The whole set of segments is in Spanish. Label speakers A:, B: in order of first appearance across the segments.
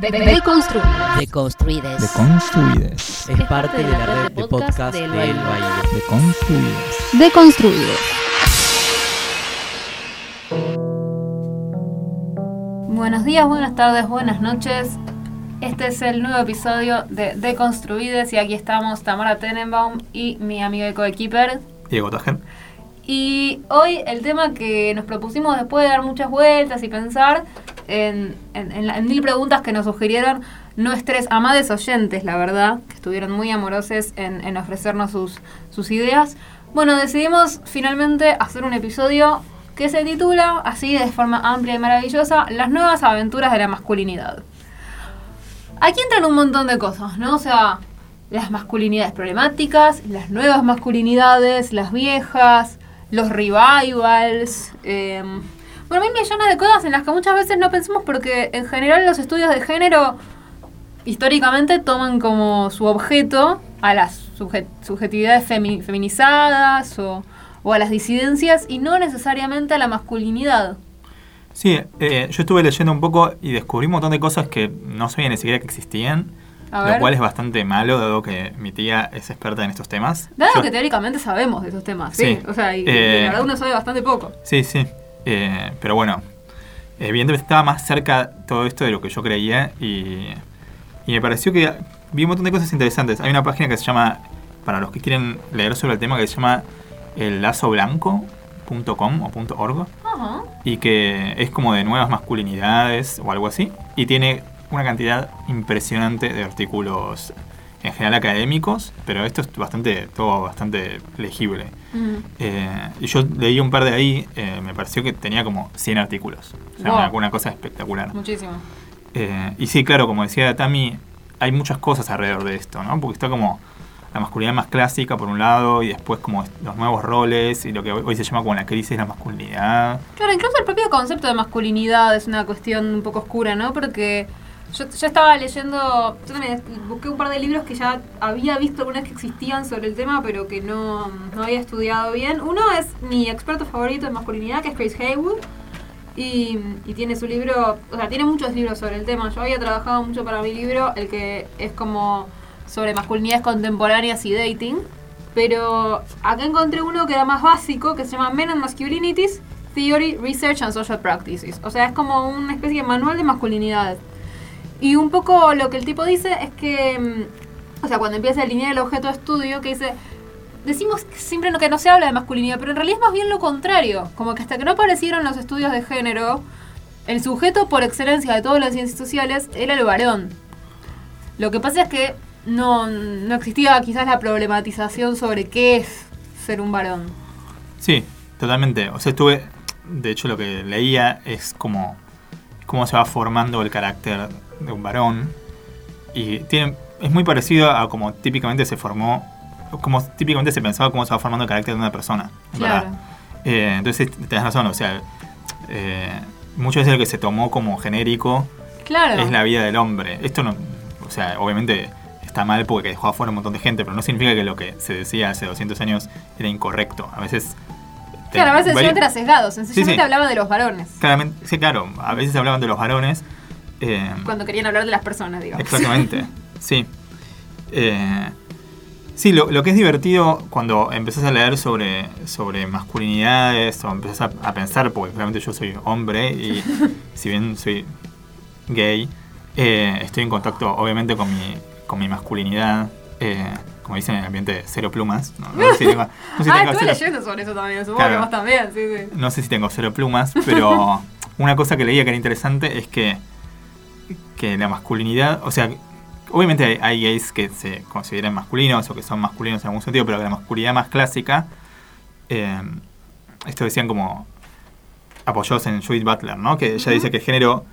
A: Deconstruides.
B: Deconstruides.
C: Es parte de la red de podcast del Baile.
B: Deconstruides.
A: Deconstruides. Buenos días, buenas tardes, buenas noches. Este es el nuevo episodio de Deconstruides y aquí estamos Tamara Tenenbaum y mi amigo de coequiper
B: Diego Tajer.
A: Y hoy el tema que nos propusimos después de dar muchas vueltas y pensar en 1000 preguntas que nos sugirieron nuestros amades oyentes, la verdad, que estuvieron muy amorosos en ofrecernos sus ideas. Bueno, decidimos finalmente hacer un episodio que se titula, así de forma amplia y maravillosa, Las nuevas aventuras de la masculinidad. Aquí entran un montón de cosas, ¿no? O sea, las masculinidades problemáticas, las nuevas masculinidades, las viejas, los revivals, bueno, 1000 millones de cosas en las que muchas veces no pensamos porque en general los estudios de género históricamente toman como su objeto a las subjetividades feminizadas o a las disidencias y no necesariamente a la masculinidad.
B: Sí, yo estuve leyendo un poco y descubrí un montón de cosas que no sabía ni siquiera que existían, lo cual es bastante malo, dado que mi tía es experta en estos temas.
A: Dado que teóricamente sabemos de estos temas, sí. O sea, y la verdad uno sabe bastante poco.
B: Sí. Pero bueno, evidentemente estaba más cerca todo esto de lo que yo creía y me pareció que vi un montón de cosas interesantes. Hay una página que se llama, para los que quieren leer sobre el tema, que se llama ellazoblanco.com o .org. Uh-huh. Y que es como de nuevas masculinidades o algo así. Y tiene una cantidad impresionante de artículos en general académicos, pero esto es todo bastante legible. Uh-huh. Y yo leí un par de ahí, me pareció que tenía como 100 artículos. O sea, una cosa espectacular.
A: Muchísimo.
B: Y sí, claro, como decía Tami, hay muchas cosas alrededor de esto, ¿no? Porque está como la masculinidad más clásica por un lado y después como los nuevos roles y lo que hoy se llama como la crisis de la masculinidad.
A: Claro, incluso el propio concepto de masculinidad es una cuestión un poco oscura, ¿no? Porque yo estaba leyendo, yo también busqué un par de libros que ya había visto algunas que existían sobre el tema, pero que no había estudiado bien. Uno es mi experto favorito en masculinidad, que es Chris Haywood, y tiene su libro, o sea, tiene muchos libros sobre el tema. Yo había trabajado mucho para mi libro, el que es como sobre masculinidades contemporáneas y dating, pero acá encontré uno que era más básico, que se llama Men and Masculinities, Theory, Research and Social Practices. O sea, es como una especie de manual de masculinidades. Y un poco lo que el tipo dice es que, o sea, cuando empieza a alinear el objeto de estudio, que dice, decimos siempre que no se habla de masculinidad, pero en realidad es más bien lo contrario. Como que hasta que no aparecieron los estudios de género, el sujeto por excelencia de todas las ciencias sociales era el varón. Lo que pasa es que no existía quizás la problematización sobre qué es ser un varón. Sí,
B: totalmente. O sea, de hecho lo que leía es cómo se va formando el carácter de un varón y es muy parecido a como típicamente se formó, como típicamente se pensaba cómo se va formando el carácter de una persona.
A: Claro.
B: Entonces tenés razón, o sea, muchas veces lo que se tomó como genérico, claro, es la vida del hombre. Esto no, o sea, obviamente está mal porque dejó afuera un montón de gente, pero no significa que lo que se decía hace 200 años era incorrecto. A veces
A: claro, a veces era sesgado, sencillamente hablaban de los varones.
B: Claramente, sí, claro, a veces hablaban de los varones.
A: Cuando querían hablar de las personas, digamos.
B: Exactamente, sí. Sí, lo que es divertido cuando empezás a leer sobre masculinidades o empezás a pensar, porque realmente yo soy hombre y si bien soy gay, estoy en contacto obviamente con mi masculinidad, como dicen en el ambiente, cero plumas. No sé si tengo
A: estuve leyendo sobre eso también, supongo que vos también, sí.
B: No sé si tengo cero plumas, pero una cosa que leía que era interesante es que la masculinidad, o sea, obviamente hay gays que se consideran masculinos o que son masculinos en algún sentido, pero la masculinidad más clásica, esto decían como apoyados en Judith Butler, ¿no? Que ella dice que el género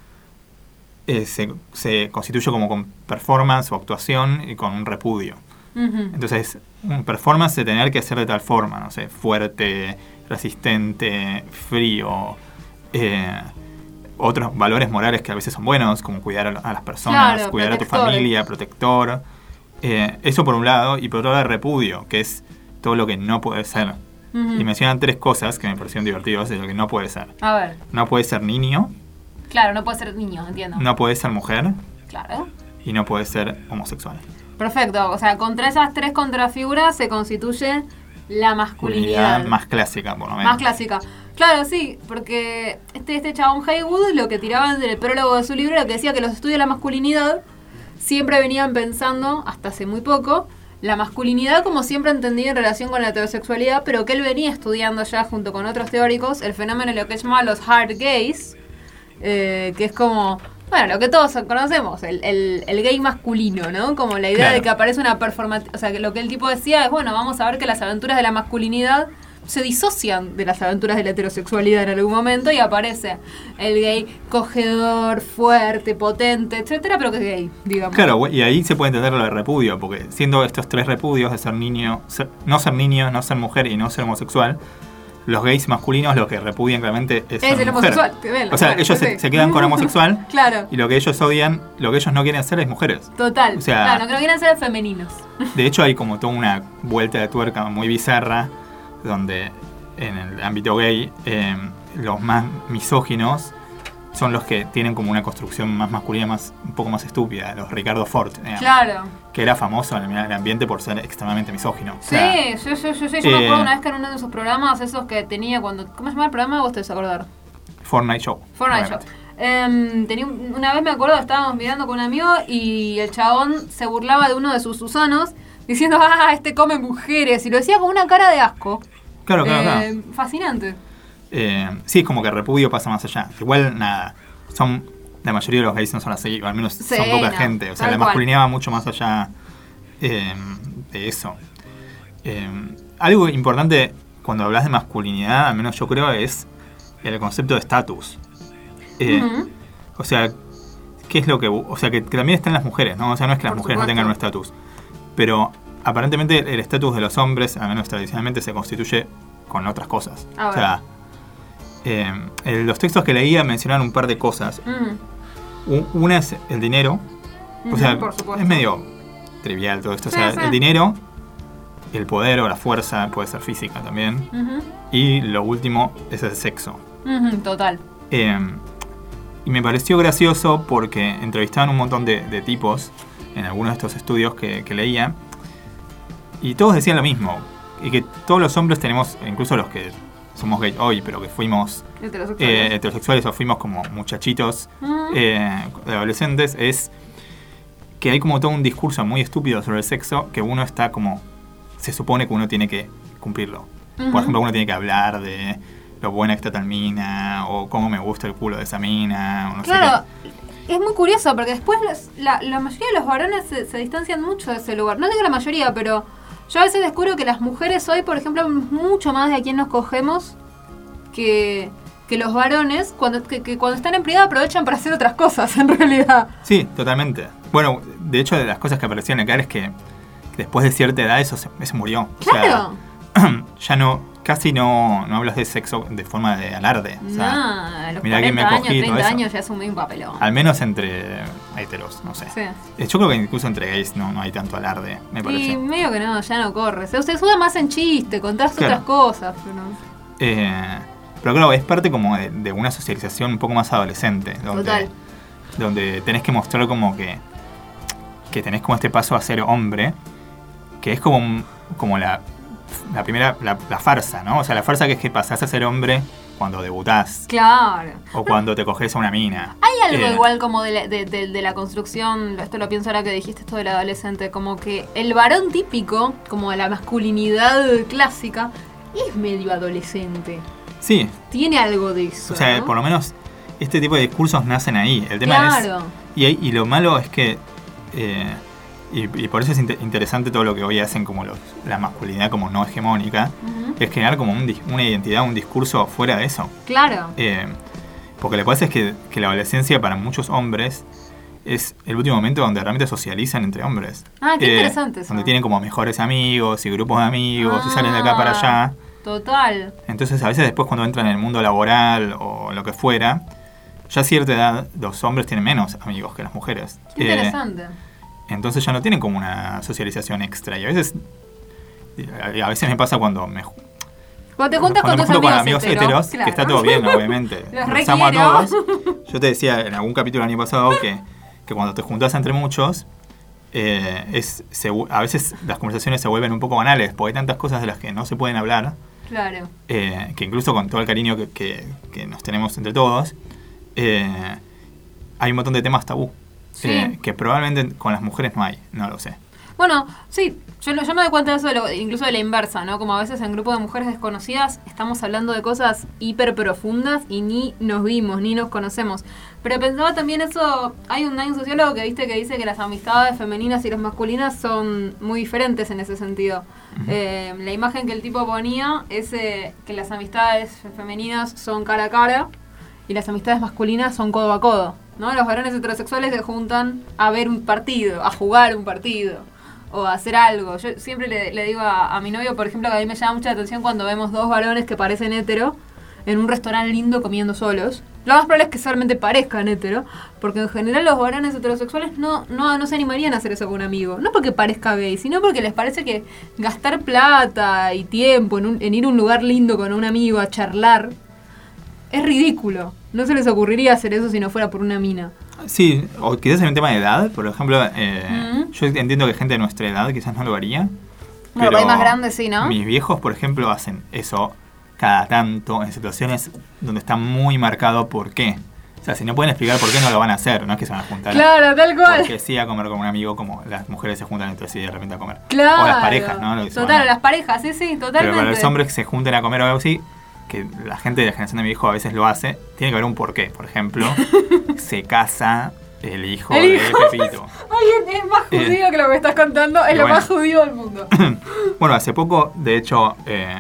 B: se constituye como con performance o actuación y con un repudio. Uh-huh. Entonces, un performance de tener que ser de tal forma, no sé, fuerte, resistente, frío, otros valores morales que a veces son buenos, como cuidar a las personas, claro, cuidar a tu familia, protector. Eso por un lado, y por otro lado el repudio, que es todo lo que no puede ser. Uh-huh. Y mencionan 3 cosas que me parecieron divertidas de lo que no puede ser.
A: A ver.
B: No puede ser niño.
A: Claro, no puede ser niño, entiendo.
B: No puede ser mujer.
A: Claro.
B: Y no puede ser homosexual.
A: Perfecto. O sea, contra esas 3 contrafiguras se constituye la masculinidad.
B: Más clásica, por lo menos.
A: Más clásica. Claro, sí, porque este chabón Haywood lo que tiraba en el prólogo de su libro era que decía que los estudios de la masculinidad siempre venían pensando, hasta hace muy poco, la masculinidad como siempre entendida en relación con la heterosexualidad, pero que él venía estudiando ya junto con otros teóricos el fenómeno de lo que él llama los hard gays, que es como, bueno, lo que todos conocemos, el gay masculino, ¿no? Como la idea de que aparece una performance, o sea, que lo que el tipo decía es, bueno, vamos a ver que las aventuras de la masculinidad se disocian de las aventuras de la heterosexualidad en algún momento y aparece el gay cogedor, fuerte, potente, etcétera, pero que es gay, digamos.
B: Claro, y ahí se puede entender lo de repudio, porque siendo estos 3 repudios de ser niño, no ser mujer y no ser homosexual, los gays masculinos lo que repudian claramente es ser
A: el
B: mujer.
A: homosexual. Ven,
B: o sea, ellos se quedan con homosexual.
A: Claro.
B: Y lo que ellos odian, lo que ellos no quieren ser es mujeres.
A: Total.
B: O sea,
A: claro, lo que no quieren ser es femeninos.
B: De hecho, hay como toda una vuelta de tuerca muy bizarra, donde en el ámbito gay los más misóginos son los que tienen como una construcción más masculina, un poco más estúpida, los Ricardo Ford,
A: claro,
B: que era famoso en el ambiente por ser extremadamente misógino.
A: Sí, yo me acuerdo una vez que en uno de esos programas, esos que tenía cuando... ¿Cómo se llama el programa? ¿Vos te vas a acordar?
B: Fortnite Show.
A: Una vez me acuerdo, estábamos mirando con un amigo y el chabón se burlaba de uno de sus Susanos diciendo, este come mujeres, y lo decía con una cara de asco.
B: Claro.
A: Fascinante.
B: Sí, como que repudio pasa más allá. Igual, nada, la mayoría de los gays no son así, o al menos son poca gente. O sea, la masculinidad va mucho más allá de eso. Algo importante cuando hablas de masculinidad, al menos yo creo, es el concepto de estatus. O sea, ¿qué es lo que...? O sea, que también está en las mujeres, ¿no? O sea, no es que las mujeres no tengan un estatus. Pero aparentemente el estatus de los hombres, al menos tradicionalmente, se constituye con otras cosas. O sea, los textos que leía mencionaban un par de cosas. Una es el dinero. O sea, es medio trivial todo esto. O sea, el dinero, el poder o la fuerza, puede ser física también. Y lo último es el sexo.
A: Total.
B: Y me pareció gracioso porque entrevistaban un montón de tipos en algunos de estos estudios que leía. Y todos decían lo mismo. Y que todos los hombres tenemos, incluso los que somos gay hoy, pero que fuimos heterosexuales o fuimos como muchachitos adolescentes, es que hay como todo un discurso muy estúpido sobre el sexo que uno está como... Se supone que uno tiene que cumplirlo. Por ejemplo, uno tiene que hablar de lo buena que está tal mina, o cómo me gusta el culo de esa mina, o no sé qué.
A: Es muy curioso, porque después la mayoría de los varones se distancian mucho de ese lugar. No digo la mayoría, pero yo a veces descubro que las mujeres hoy, por ejemplo, mucho más de a quién nos cogemos que los varones, cuando están en privado aprovechan para hacer otras cosas, en realidad.
B: Sí, totalmente. Bueno, de hecho, de las cosas que aparecían acá es que después de cierta edad eso se murió.
A: Claro.
B: O sea, ya casi no hablas de sexo de forma de alarde. O sea,
A: a los
B: mirá
A: 40
B: que me
A: años,
B: cogí
A: 30
B: todo
A: años
B: eso.
A: ya es un papelón.
B: Al menos entre heteros, no sé.
A: Sí.
B: Yo creo que incluso entre gays no hay tanto alarde, me parece.
A: Y medio que no, ya no corre. Se usa más en chiste, contás otras cosas.
B: Pero claro, es parte como de una socialización un poco más adolescente. Donde tenés que mostrar como que tenés como este paso a ser hombre, que es como la primera, la farsa, ¿no? O sea, la farsa que es que pasás a ser hombre cuando debutás.
A: Claro.
B: O cuando te coges a una mina.
A: Hay algo igual como de la construcción, esto lo pienso ahora que dijiste esto del adolescente, como que el varón típico, como la masculinidad clásica, es medio adolescente.
B: Sí.
A: Tiene algo de eso.
B: O sea,
A: ¿no?
B: por lo menos este tipo de discursos nacen ahí. El tema es... Y lo malo es que... Y por eso es interesante todo lo que hoy hacen como la masculinidad como no hegemónica, es crear como una identidad, un discurso fuera de eso.
A: Claro.
B: Porque lo que pasa es que la adolescencia para muchos hombres es el último momento donde realmente socializan entre hombres.
A: Qué interesante eso.
B: Donde tienen como mejores amigos y grupos de amigos y salen de acá para allá.
A: Total.
B: Entonces a veces después cuando entran en el mundo laboral o lo que fuera, ya a cierta edad los hombres tienen menos amigos que las mujeres.
A: Qué interesante.
B: Entonces ya no tienen como una socialización extra. Y a veces me pasa cuando
A: te juntas con tus
B: amigos heteros, claro, que está todo bien, obviamente. Los amo a todos. Yo te decía en algún capítulo el año pasado que que cuando te juntás entre muchos, a veces las conversaciones se vuelven un poco banales, porque hay tantas cosas de las que no se pueden hablar.
A: Claro.
B: Que incluso con todo el cariño que nos tenemos entre todos, hay un montón de temas tabú.
A: Sí.
B: Que probablemente con las mujeres no hay, no lo sé.
A: Bueno, sí, yo me doy cuenta de eso, incluso de la inversa, ¿no? Como a veces en grupos de mujeres desconocidas estamos hablando de cosas hiper profundas y ni nos vimos, ni nos conocemos. Pero pensaba también eso, hay un sociólogo que dice que las amistades femeninas y las masculinas son muy diferentes en ese sentido. Uh-huh. La imagen que el tipo ponía es que las amistades femeninas son cara a cara y las amistades masculinas son codo a codo, ¿no? Los varones heterosexuales se juntan a ver un partido, a jugar un partido o a hacer algo. Yo siempre le digo a mi novio, por ejemplo, que a mí me llama mucha atención cuando vemos dos varones que parecen hetero en un restaurante lindo comiendo solos. Lo más probable es que solamente parezcan hetero, porque en general los varones heterosexuales no se animarían a hacer eso con un amigo. No porque parezca gay, sino porque les parece que gastar plata y tiempo en ir a un lugar lindo con un amigo a charlar es ridículo. No se les ocurriría hacer eso si no fuera por una mina.
B: Sí, o quizás en un tema de edad, por ejemplo, yo entiendo que gente de nuestra edad quizás no lo haría.
A: Bueno, pero más grande sí, ¿no?
B: Mis viejos, por ejemplo, hacen eso cada tanto en situaciones donde está muy marcado por qué. O sea, si no pueden explicar por qué, no lo van a hacer, no es que se van a juntar.
A: Claro, tal cual.
B: Porque sí a comer con un amigo, como las mujeres se juntan entre sí de repente a comer.
A: Claro.
B: O las parejas, ¿no?
A: Total, las parejas, sí, totalmente.
B: Pero para los hombres que se junten a comer o algo así, que la gente de la generación de mi hijo a veces lo hace, tiene que haber un porqué. Por ejemplo, se casa el hijo de Pepito.
A: Ay, es más judío que lo que estás contando, es lo más judío del mundo.
B: Bueno, hace poco, de hecho,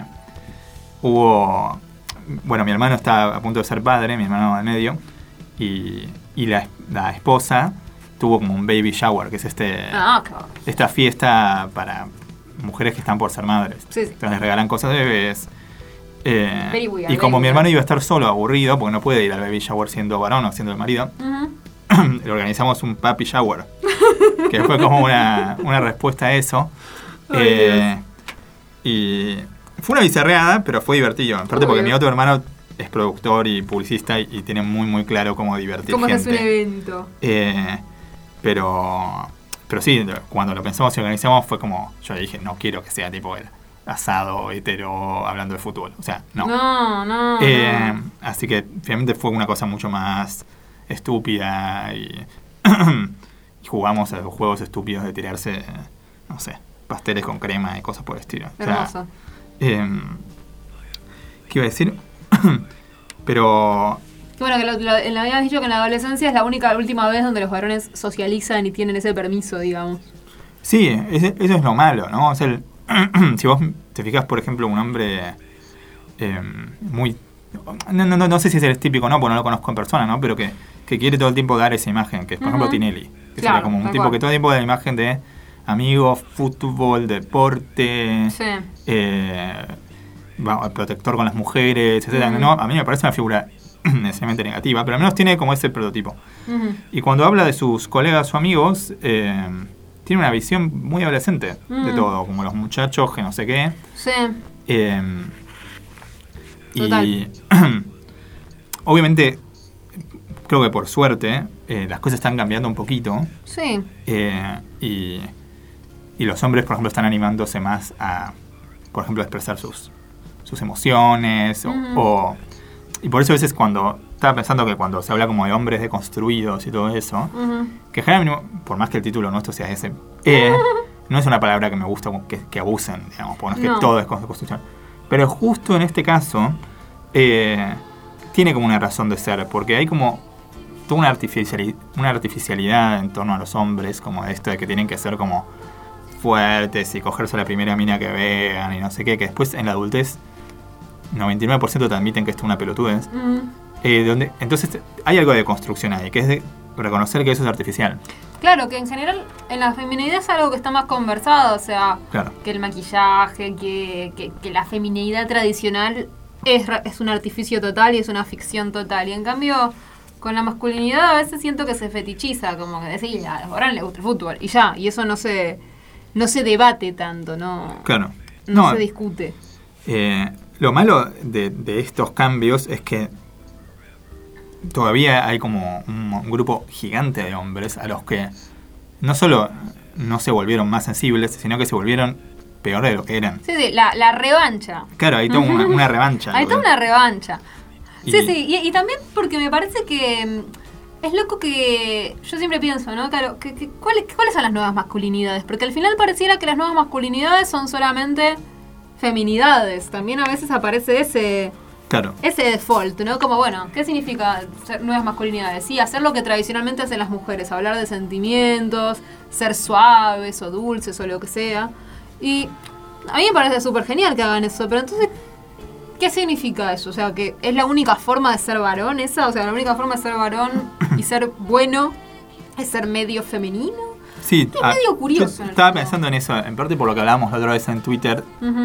B: hubo... Bueno, mi hermano está a punto de ser padre, mi hermano del medio, y la esposa tuvo como un baby shower, que es esta fiesta para mujeres que están por ser madres. Sí. Entonces les regalan cosas de bebés. Y como mi hermano iba a estar solo, aburrido, porque no puede ir al baby shower siendo varón o siendo el marido, le organizamos un papi shower, que fue como una respuesta a eso. Y fue una bizarreada, pero fue divertido. Aparte porque mi otro hermano es productor y publicista y tiene muy muy claro cómo divertir
A: gente.
B: ¿Cómo
A: es un evento?
B: Pero sí, cuando lo pensamos y organizamos fue como, yo le dije, no quiero que sea tipo el asado hetero hablando de fútbol. O sea, no.
A: No.
B: Así que finalmente fue una cosa mucho más estúpida y jugamos a los juegos estúpidos de tirarse, no sé, pasteles con crema y cosas por el estilo.
A: Hermoso.
B: O sea, ¿qué iba a decir? Pero...
A: Bueno, que lo habías dicho que en la adolescencia es la última vez donde los varones socializan y tienen ese permiso, digamos.
B: Sí, eso es lo malo, ¿no? O sea, si vos te fijas, por ejemplo, un hombre muy... No sé si es el típico, no, porque no lo conozco en persona, ¿no? Pero que quiere todo el tiempo dar esa imagen, que es, por ejemplo, Tinelli. Que sería como un tipo que todo el tiempo da la imagen de amigo, fútbol, deporte, protector con las mujeres, etc. No, a mí me parece una figura necesariamente negativa, pero al menos tiene como ese prototipo. Y cuando habla de sus colegas o amigos, tiene una visión muy adolescente de todo, como los muchachos que no sé qué.
A: Sí.
B: Y obviamente, creo que por suerte, las cosas están cambiando un poquito.
A: Sí.
B: Y los hombres, por ejemplo, están animándose más a, por ejemplo, expresar sus emociones. Y por eso a veces estaba pensando que cuando se habla como de hombres deconstruidos y todo eso, que generalmente, por más que el título nuestro sea ese, no es una palabra que me gusta que abusen, digamos, porque no es que todo es construcción. Pero justo en este caso, tiene como una razón de ser, porque hay como toda una artificialidad en torno a los hombres, como esto de que tienen que ser como fuertes y cogerse a la primera mina que vean y no sé qué, que después en la adultez 99% te admiten que esto es una pelotudez. Entonces hay algo de construcción ahí, que es de reconocer que eso es artificial.
A: Claro, que en general en la feminidad es algo que está más conversado, o sea,
B: claro,
A: que el maquillaje, que la feminidad tradicional es un artificio total y es una ficción total. Y en cambio, con la masculinidad a veces siento que se fetichiza, como que decir, a los varones les gusta el fútbol, y ya, y eso no se debate tanto, ¿no?
B: Claro.
A: No se discute.
B: Lo malo de estos cambios es que todavía hay como un grupo gigante de hombres a los que no solo no se volvieron más sensibles, sino que se volvieron peor de lo que eran.
A: Sí, la revancha.
B: Claro, hay toda una revancha.
A: Hay toda una revancha. Sí, y también porque me parece que es loco que yo siempre pienso, ¿no? Claro, ¿cuáles son las nuevas masculinidades? Porque al final pareciera que las nuevas masculinidades son solamente feminidades. También a veces aparece ese default, ¿no? Como, bueno, ¿qué significa ser nuevas masculinidades? Sí, hacer lo que tradicionalmente hacen las mujeres, hablar de sentimientos, ser suaves o dulces o lo que sea. Y a mí me parece súper genial que hagan eso, pero entonces, ¿qué significa eso? O sea, que es la única forma de ser varón esa, o sea, la única forma de ser varón y ser bueno es ser medio femenino.
B: Sí,
A: es medio curioso.
B: Yo estaba pensando en eso, en parte por lo que hablábamos la otra vez en Twitter,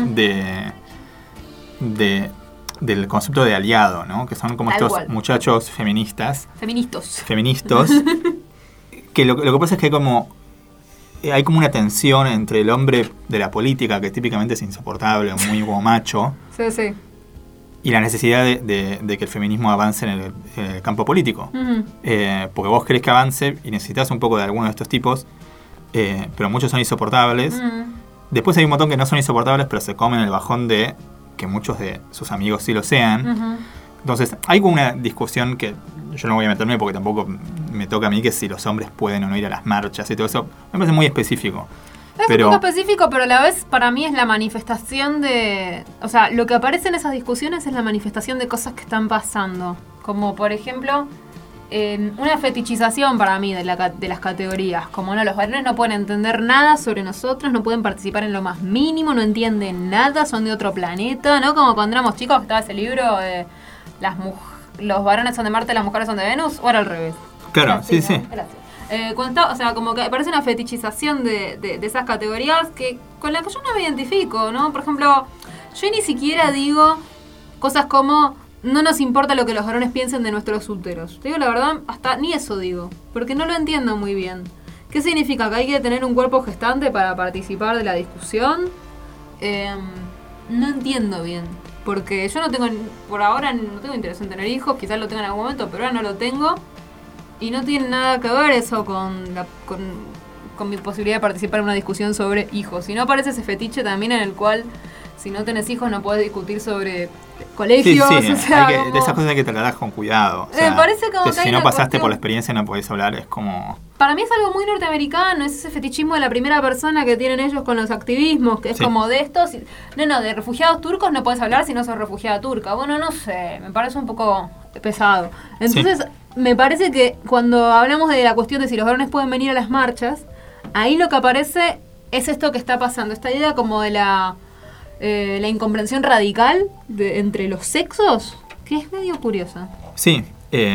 B: del concepto de aliado, ¿no? Que son como estos muchachos feministas. Feministos. Que lo que pasa es que hay como una tensión entre el hombre de la política, que típicamente es insoportable, muy como macho.
A: Sí.
B: Y la necesidad de que el feminismo avance en el campo político. Porque vos querés que avance y necesitas un poco de alguno de estos tipos, pero muchos son insoportables. Después hay un montón que no son insoportables, pero se comen el bajón de que muchos de sus amigos sí lo sean. Entonces, hay como una discusión que yo no voy a meterme porque tampoco me toca a mí, que si los hombres pueden o no ir a las marchas y todo eso. Me parece muy específico.
A: Es un poco específico, pero a la vez para mí es la manifestación de... O sea, lo que aparece en esas discusiones es la manifestación de cosas que están pasando. Como, por ejemplo, una fetichización para mí de las categorías. Como, no, los varones no pueden entender nada sobre nosotros, no pueden participar en lo más mínimo, no entienden nada, son de otro planeta, ¿no? Como cuando éramos chicos, estaba ese libro de los varones son de Marte, las mujeres son de Venus, o era al revés.
B: Claro, sí.
A: Gracias. O sea, como que parece una fetichización de esas categorías con las que yo no me identifico, ¿no? Por ejemplo, yo ni siquiera digo cosas como no nos importa lo que los varones piensen de nuestros úteros. Te digo la verdad, hasta ni eso digo, porque no lo entiendo muy bien. ¿Qué significa? ¿Que hay que tener un cuerpo gestante para participar de la discusión? No entiendo bien. Porque yo por ahora no tengo interés en tener hijos, quizás lo tenga en algún momento, pero ahora no lo tengo. Y no tiene nada que ver eso con mi posibilidad de participar en una discusión sobre hijos. Si no aparece ese fetiche también en el cual, si no tenés hijos, no podés discutir sobre colegios.
B: Sí. O sea, de esas cosas hay que tratarlas con cuidado. O sea,
A: me parece como que
B: si no pasaste por la experiencia no podés hablar, es como...
A: Para mí es algo muy norteamericano, es ese fetichismo de la primera persona que tienen ellos con los activismos, que es como de estos... No, de refugiados turcos no podés hablar si no sos refugiada turca. Bueno, no sé, me parece un poco pesado. Entonces, me parece que cuando hablamos de la cuestión de si los varones pueden venir a las marchas, ahí lo que aparece es esto que está pasando, esta idea como de la incomprensión radical entre los sexos, que es medio curiosa.
B: Sí,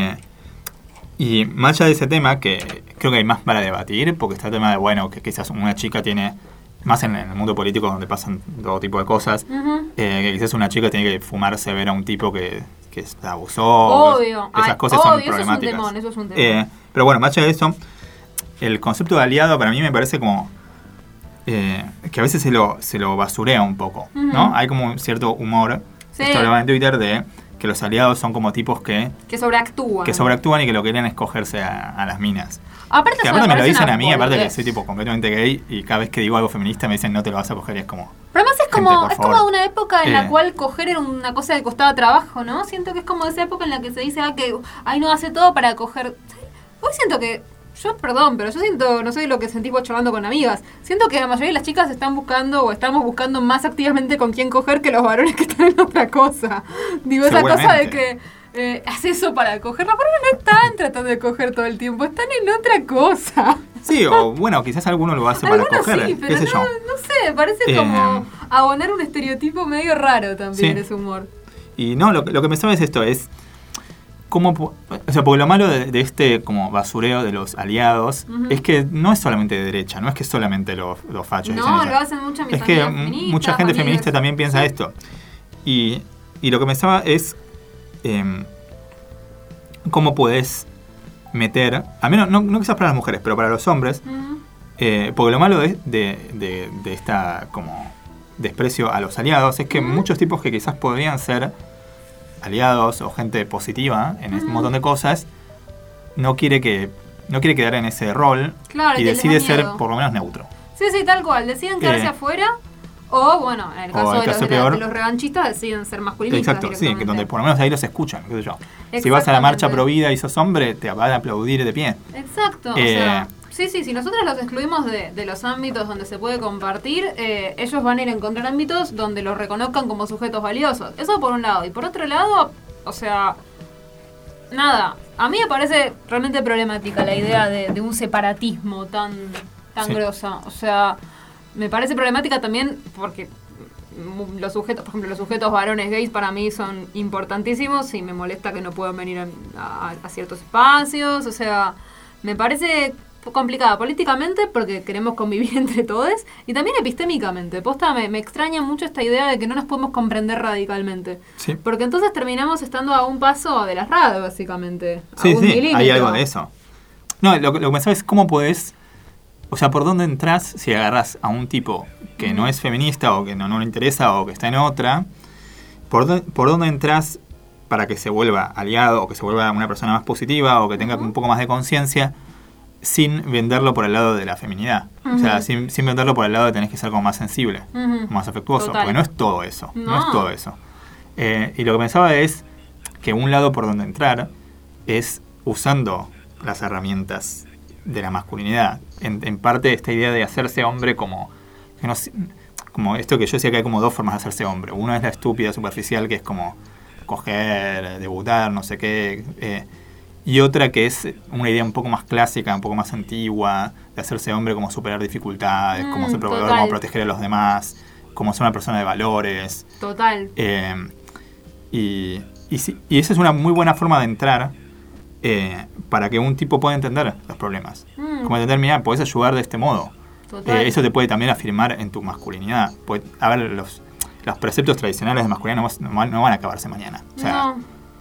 B: y más allá de ese tema, que creo que hay más para debatir, porque está el tema de, bueno, que quizás una chica tiene, más en el mundo político donde pasan todo tipo de cosas, que quizás una chica tiene que fumarse ver a un tipo que la abusó.
A: Obvio.
B: Esas cosas son problemáticas.
A: Eso es un temón.
B: Pero bueno, más allá de eso, el concepto de aliado para mí me parece como que a veces se lo basurea un poco, ¿no? Hay como un cierto humor. Esto hablaba en Twitter de que los aliados son como tipos que sobreactúan y que lo que quieren es cogerse a las minas. Aparte me lo dicen a mí, aparte que soy tipo completamente gay, y cada vez que digo algo feminista me dicen no te lo vas a coger, y es como...
A: Pero además es como una época en la cual coger era una cosa que costaba trabajo, ¿no? Siento que es como esa época en la que se dice que no hace todo para coger. Hoy siento que... pero yo siento, no sé lo que sentí vos charlando con amigas, siento que la mayoría de las chicas están buscando o estamos buscando más activamente con quién coger que los varones que están en otra cosa. Digo, esa cosa de que hace eso para coger. Los varones no están tratando de coger todo el tiempo, están en otra cosa.
B: Sí, o bueno, quizás alguno lo hace para coger,
A: sí, pero no sé, parece como abonar un estereotipo medio raro también, ese humor.
B: Y no, lo que me sabe es esto, es cómo, o sea, porque lo malo de este como basureo de los aliados es que no es solamente de derecha, no es que solamente los fachos.
A: No, lo hacen mucha
B: es que mucha gente feminista también piensa esto. Y lo que me sabe es cómo podés meter, al menos no quizás para las mujeres, pero para los hombres, porque lo malo de esta como desprecio a los aliados es que muchos tipos que quizás podrían ser aliados o gente positiva en un montón de cosas, no quiere quedar en ese rol,
A: claro,
B: y decide ser por lo menos neutro.
A: Sí, tal cual. Deciden quedarse afuera. O, bueno, en el caso de los revanchistas deciden ser masculinistas.
B: Exacto, sí, que donde por lo menos ahí los escuchan, qué sé yo. Si vas a la marcha pro vida y sos hombre, te van a aplaudir de pie.
A: Exacto, o sea, sí, si nosotros los excluimos de los ámbitos donde se puede compartir, ellos van a ir a encontrar ámbitos donde los reconozcan como sujetos valiosos. Eso por un lado. Y por otro lado, o sea, nada, a mí me parece realmente problemática la idea de un separatismo tan grosa. O sea, me parece problemática también porque los sujetos, por ejemplo, los sujetos varones gays para mí son importantísimos y me molesta que no puedan venir a ciertos espacios. O sea, me parece complicada políticamente porque queremos convivir entre todos y también epistémicamente. Posta, me extraña mucho esta idea de que no nos podemos comprender radicalmente.
B: Sí.
A: Porque entonces terminamos estando a un paso de las radios, básicamente.
B: Sí, hay algo de eso. No, lo que pensaba es cómo podés, o sea, por dónde entras si agarrás a un tipo que no es feminista o que no le interesa o que está en otra, por dónde entras para que se vuelva aliado o que se vuelva una persona más positiva o que tenga un poco más de conciencia, sin venderlo por el lado de la feminidad. O sea, sin venderlo por el lado de tenés que ser como más sensible, más afectuoso.
A: Total.
B: Porque no es todo eso. No es todo eso. Y lo que pensaba es que un lado por donde entrar es usando las herramientas de la masculinidad. En parte esta idea de hacerse hombre como esto que yo decía que hay como dos formas de hacerse hombre. Una es la estúpida, superficial, que es como coger, debutar, no sé qué... y otra que es una idea un poco más clásica, un poco más antigua, de hacerse hombre como superar dificultades, como ser proveedor, como proteger a los demás, como ser una persona de valores.
A: Total.
B: Y esa es una muy buena forma de entrar para que un tipo pueda entender los problemas. Como entender, mira, podés ayudar de este modo. Eso te puede también afirmar en tu masculinidad. A ver, los preceptos tradicionales de masculinidad no van a acabarse mañana. O sea,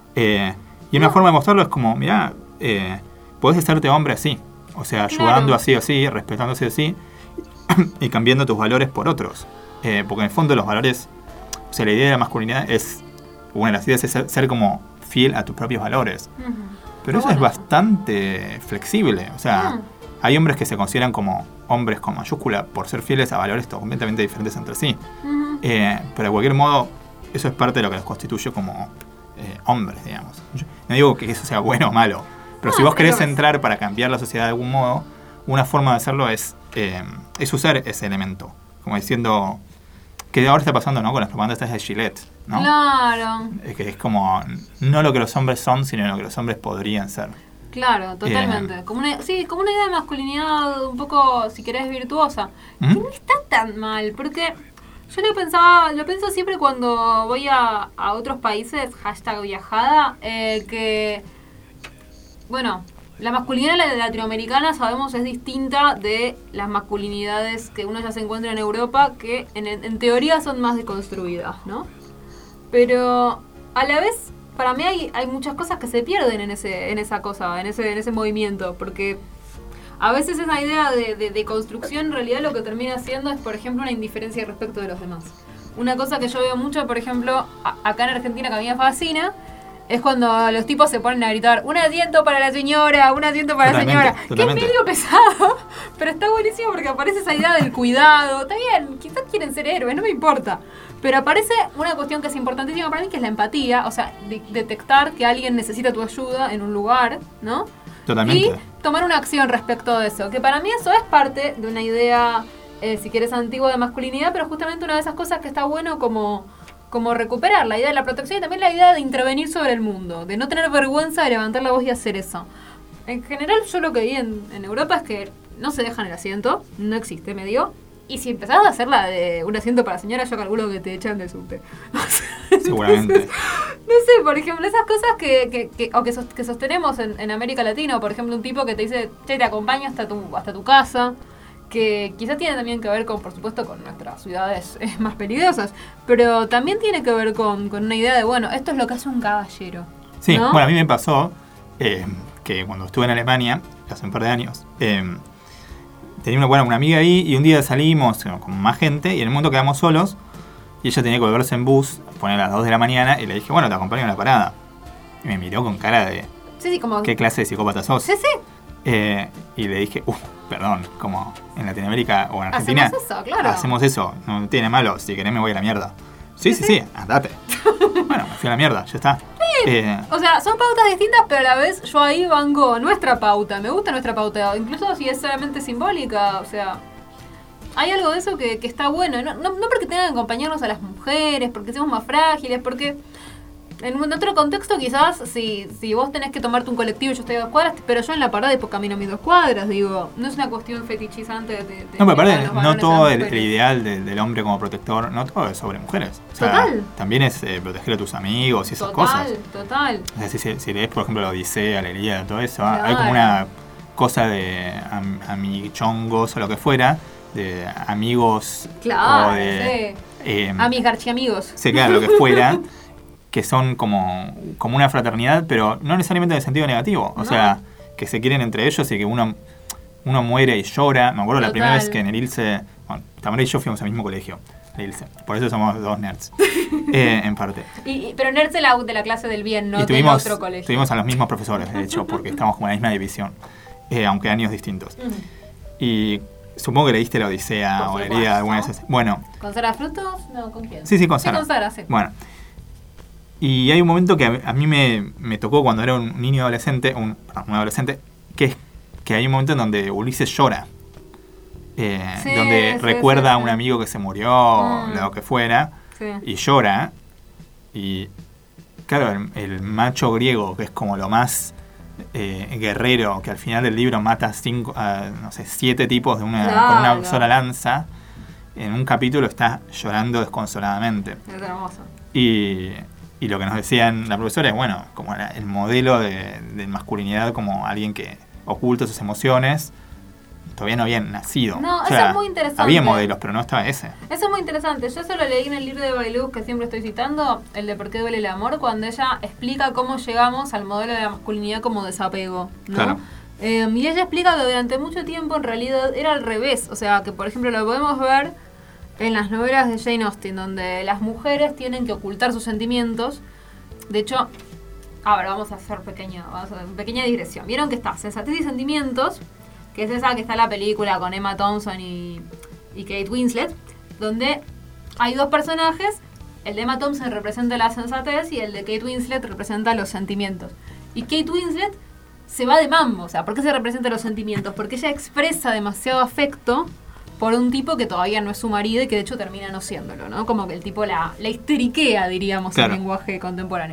B: y una forma de mostrarlo es como, mirá, podés hacerte hombre así. O sea, ayudando así o así, respetándose así, y cambiando tus valores por otros. Porque en el fondo los valores, o sea, la idea de la masculinidad es, una de las ideas es ser como fiel a tus propios valores. Pero eso es bastante flexible. O sea, hay hombres que se consideran como hombres con mayúscula por ser fieles a valores completamente diferentes entre sí. Pero de cualquier modo, eso es parte de lo que los constituye como hombres, digamos. Yo no digo que eso sea bueno o malo, pero si vos querés entrar para cambiar la sociedad de algún modo, una forma de hacerlo es usar ese elemento. Como diciendo, que ahora está pasando, ¿no?, con las propagandas de Gillette, ¿no?
A: Claro.
B: Que es como, no lo que los hombres son, sino lo que los hombres podrían ser.
A: Claro, totalmente. Como una idea de masculinidad un poco, si querés, virtuosa. Que no está tan mal, porque yo lo pienso siempre cuando voy a otros países, #viajada, que, bueno, la masculinidad latinoamericana sabemos es distinta de las masculinidades que uno ya se encuentra en Europa, que en teoría son más deconstruidas, ¿no? Pero a la vez, para mí hay muchas cosas que se pierden en ese movimiento, porque a veces esa idea de construcción en realidad lo que termina siendo es, por ejemplo, una indiferencia respecto de los demás. Una cosa que yo veo mucho, por ejemplo, acá en Argentina, que a mí me fascina, es cuando los tipos se ponen a gritar un asiento para la señora, un asiento para la señora.
B: Totalmente.
A: Que es medio pesado, pero está buenísimo porque aparece esa idea del cuidado. Está bien, quizás quieren ser héroes, no me importa. Pero aparece una cuestión que es importantísima para mí, que es la empatía. O sea, detectar que alguien necesita tu ayuda en un lugar, ¿no?
B: Totalmente.
A: Y tomar una acción respecto de eso. Que para mí eso es parte de una idea, si quieres, antigua de masculinidad, pero justamente una de esas cosas que está bueno como recuperar, la idea de la protección y también la idea de intervenir sobre el mundo, de no tener vergüenza de levantar la voz y hacer eso. En general, yo lo que vi en Europa es que no se dejan el asiento, no existe medio, y si empezás a hacerla de un asiento para señora, yo calculo que te echan del subte.
B: Seguramente.
A: Entonces, no sé, por ejemplo, esas cosas que sostenemos en América Latina, o por ejemplo un tipo que te dice, che, te acompaño hasta tu casa, que quizás tiene también que ver con, por supuesto, con nuestras ciudades más peligrosas, pero también tiene que ver con una idea de, bueno, esto es lo que hace un caballero.
B: Sí,
A: ¿no?
B: Bueno, a mí me pasó que cuando estuve en Alemania, hace un par de años, tenía una amiga ahí y un día salimos con más gente y en el momento quedamos solos Y ella tenía que volverse en bus, poner a las 2 de la mañana, y le dije, bueno, te acompaño en la parada. Y me miró con cara de...
A: Sí, como...
B: ¿Qué clase de psicópata sos?
A: Sí.
B: Y le dije, perdón, como en Latinoamérica o en Argentina...
A: Hacemos eso, claro.
B: Hacemos eso, no tiene malo, si querés me voy a la mierda. Sí, andate. Bueno, me fui a la mierda, ya está.
A: O sea, son pautas distintas, pero a la vez yo ahí banco nuestra pauta. Me gusta nuestra pauta, incluso si es solamente simbólica. O sea, hay algo de eso que está bueno. No porque tengan que acompañarnos a las mujeres, porque seamos más frágiles, porque en otro contexto quizás si vos tenés que tomarte un colectivo y yo estoy a 2 cuadras, pero yo en la parada y pues camino mis 2 cuadras, digo. No es una cuestión fetichizante de
B: no, pero aparte,
A: los
B: no
A: varones
B: todo
A: a las
B: el
A: mujeres.
B: ideal del hombre como protector, no todo es sobre mujeres. O sea,
A: Total.
B: también es proteger a tus amigos y esas cosas.
A: Total.
B: O sea, si lees, por ejemplo, la Odisea, la Ilíada, todo eso,
A: Claro.
B: hay como una cosa de amichongos o lo que fuera, de amigos
A: Claro,
B: o de...
A: Amigos, archiamigos.
B: Sí, claro, lo que fuera, que son como una fraternidad, pero no necesariamente en el sentido negativo. O
A: No.
B: sea, que se quieren entre ellos y que uno muere y llora. Me acuerdo la primera
A: Total.
B: vez que en el ILSE... Bueno, Tamara y yo fuimos al mismo colegio, el ILSE. Por eso somos 2 nerds, en parte.
A: Pero nerds de la clase del bien, no
B: Y
A: del otro colegio.
B: tuvimos a los mismos profesores, de hecho, porque estamos como en la misma división, aunque años distintos. Y supongo que leíste la Odisea
A: Por
B: o la
A: supuesto.
B: Ilíada alguna de esas. Bueno,
A: ¿Con Sara Frutos? No, ¿con quién?
B: sí, con Sara.
A: Sí, con Sara, sí.
B: Bueno, y hay un momento que a mí me tocó cuando era un niño adolescente, un adolescente, que hay un momento en donde Ulises llora.
A: Sí,
B: donde
A: sí,
B: recuerda
A: sí,
B: a un
A: sí.
B: amigo que se murió, lo que fuera,
A: Sí.
B: y llora. Y claro, el macho griego, que es como lo más guerrero, que al final del libro mata 7 tipos con
A: Claro.
B: una sola lanza, en un capítulo está llorando desconsoladamente.
A: Es hermoso.
B: Y lo que nos decían la profesora es, bueno, como el modelo de masculinidad como alguien que oculta sus emociones, todavía no habían nacido.
A: No, eso es muy interesante.
B: Había modelos, pero no estaba ese.
A: Eso es muy interesante. Yo eso lo leí en el libro de Bariloche que siempre estoy citando, el de Por qué duele el amor, cuando ella explica cómo llegamos al modelo de la masculinidad como desapego, ¿no?
B: Claro.
A: Y ella explica que durante mucho tiempo en realidad era al revés. O sea, que por ejemplo lo podemos ver en las novelas de Jane Austen, donde las mujeres tienen que ocultar sus sentimientos. De hecho, ahora vamos a hacer pequeña digresión. Vieron que está Sensatez y Sentimientos, que es esa que está en la película con Emma Thompson y Kate Winslet, donde hay 2 personajes, el de Emma Thompson representa la sensatez y el de Kate Winslet representa los sentimientos. Y Kate Winslet se va de mambo. O sea, ¿por qué se representa los sentimientos? Porque ella expresa demasiado afecto por un tipo que todavía no es su marido y que de hecho termina no siéndolo, ¿no? Como que el tipo la histeriquea, diríamos,
B: Claro.
A: en lenguaje contemporáneo.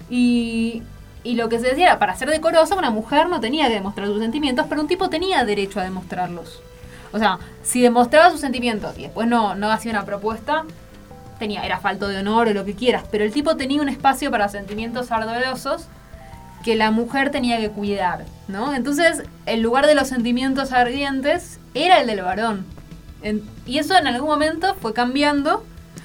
A: Y lo que se decía era, para ser decorosa, una mujer no tenía que demostrar sus sentimientos, pero un tipo tenía derecho a demostrarlos. O sea, si demostraba sus sentimientos y después no hacía una propuesta, era falto de honor o lo que quieras, pero el tipo tenía un espacio para sentimientos ardorosos que la mujer tenía que cuidar, ¿no? Entonces, el lugar de los sentimientos ardientes era el del varón. Y eso en algún momento fue cambiando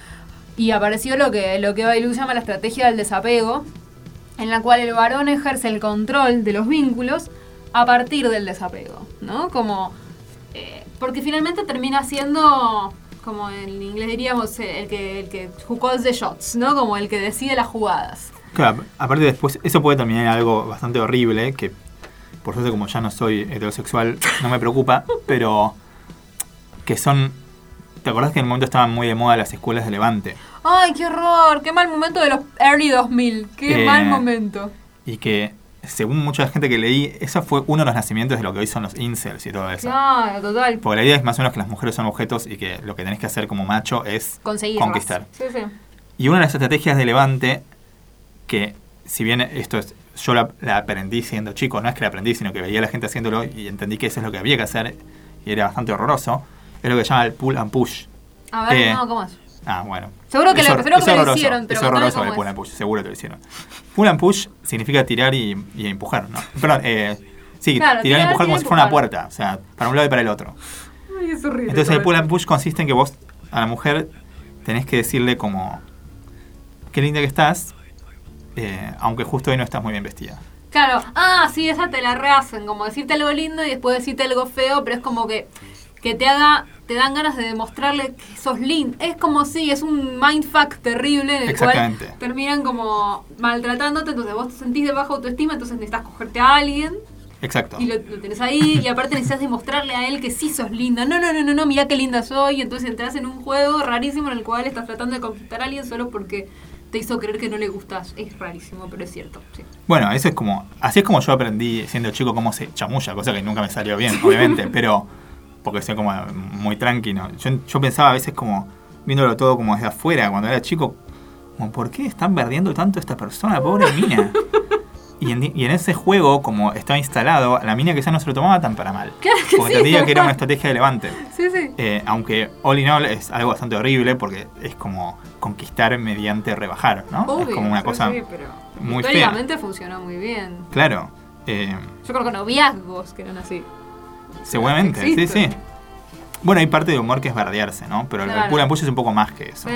A: y apareció lo que Bailu llama la estrategia del desapego, en la cual el varón ejerce el control de los vínculos a partir del desapego, ¿no? Como porque finalmente termina siendo, como en inglés diríamos, el que who calls the shots, ¿no? Como el que decide las jugadas.
B: Claro, aparte después, eso puede terminar en algo bastante horrible, que por suerte como ya no soy heterosexual, no me preocupa, pero que son... ¿Te acordás que en el momento estaban muy de moda las escuelas de Levante?
A: ¡Ay, qué horror! ¡Qué mal momento de los early 2000! ¡Qué mal momento!
B: Y que, según mucha gente que leí, eso fue uno de los nacimientos de lo que hoy son los incels y todo eso.
A: Claro, total.
B: Porque la idea es más o menos que las mujeres son objetos y que lo que tenés que hacer como macho es
A: Conseguirlas.
B: conquistar.
A: Sí, sí.
B: Y una de las estrategias de Levante, que si bien esto es, yo la aprendí siendo chico, no es que la aprendí, sino que veía a la gente haciéndolo y entendí que eso es lo que había que hacer y era bastante horroroso, es lo que se llama el pull and push.
A: A ver, no, ¿cómo es?
B: Ah, bueno.
A: Seguro que
B: Es
A: lo hicieron, pero
B: es
A: contame
B: horroroso
A: cómo
B: el pull
A: es.
B: and push, seguro que lo hicieron. Pull and push significa tirar y empujar, ¿no? Perdón, sí,
A: Claro,
B: tirar y empujar como si fuera una
A: empujar.
B: puerta, o sea, para un lado y para el otro.
A: Ay, es horrible.
B: Entonces el
A: todo
B: pull
A: eso.
B: and push consiste en que vos a la mujer tenés que decirle como qué linda que estás, aunque justo hoy no estás muy bien vestida.
A: Claro, sí, esa te la rehacen, como decirte algo lindo y después decirte algo feo, pero es como que que te dan ganas de demostrarle que sos lindo. Es como si es un mindfuck terrible en el cual terminan como maltratándote, entonces vos te sentís de baja autoestima, entonces necesitas cogerte a alguien.
B: Exacto.
A: Y lo tenés ahí, y aparte necesitas demostrarle a él que sí sos linda. No, mirá qué linda soy. Entonces entras en un juego rarísimo en el cual estás tratando de conquistar a alguien solo porque te hizo creer que no le gustás. Es rarísimo, pero es cierto. Sí.
B: Bueno, eso es como, así es como yo aprendí siendo chico cómo se chamulla, cosa que nunca me salió bien, obviamente, pero porque soy como muy tranquilo. Yo pensaba a veces como, viéndolo todo como desde afuera, cuando era chico, como, ¿por qué están perdiendo tanto a esta persona? Pobre mina. Y en ese juego, como estaba instalado, la mina quizás no se lo tomaba tan para mal.
A: Claro que
B: porque entendía que era una estrategia de levante.
A: Sí, sí.
B: Aunque all in all es algo bastante horrible porque es como conquistar mediante rebajar, ¿no?
A: Obvio,
B: es como una cosa
A: pero
B: muy fea.
A: históricamente funcionó muy bien.
B: Claro.
A: Yo creo que noviazgos que eran así.
B: Seguramente, sí. Bueno, hay parte de humor que es bardearse, ¿no? Pero el Pull and Push es un poco más que eso.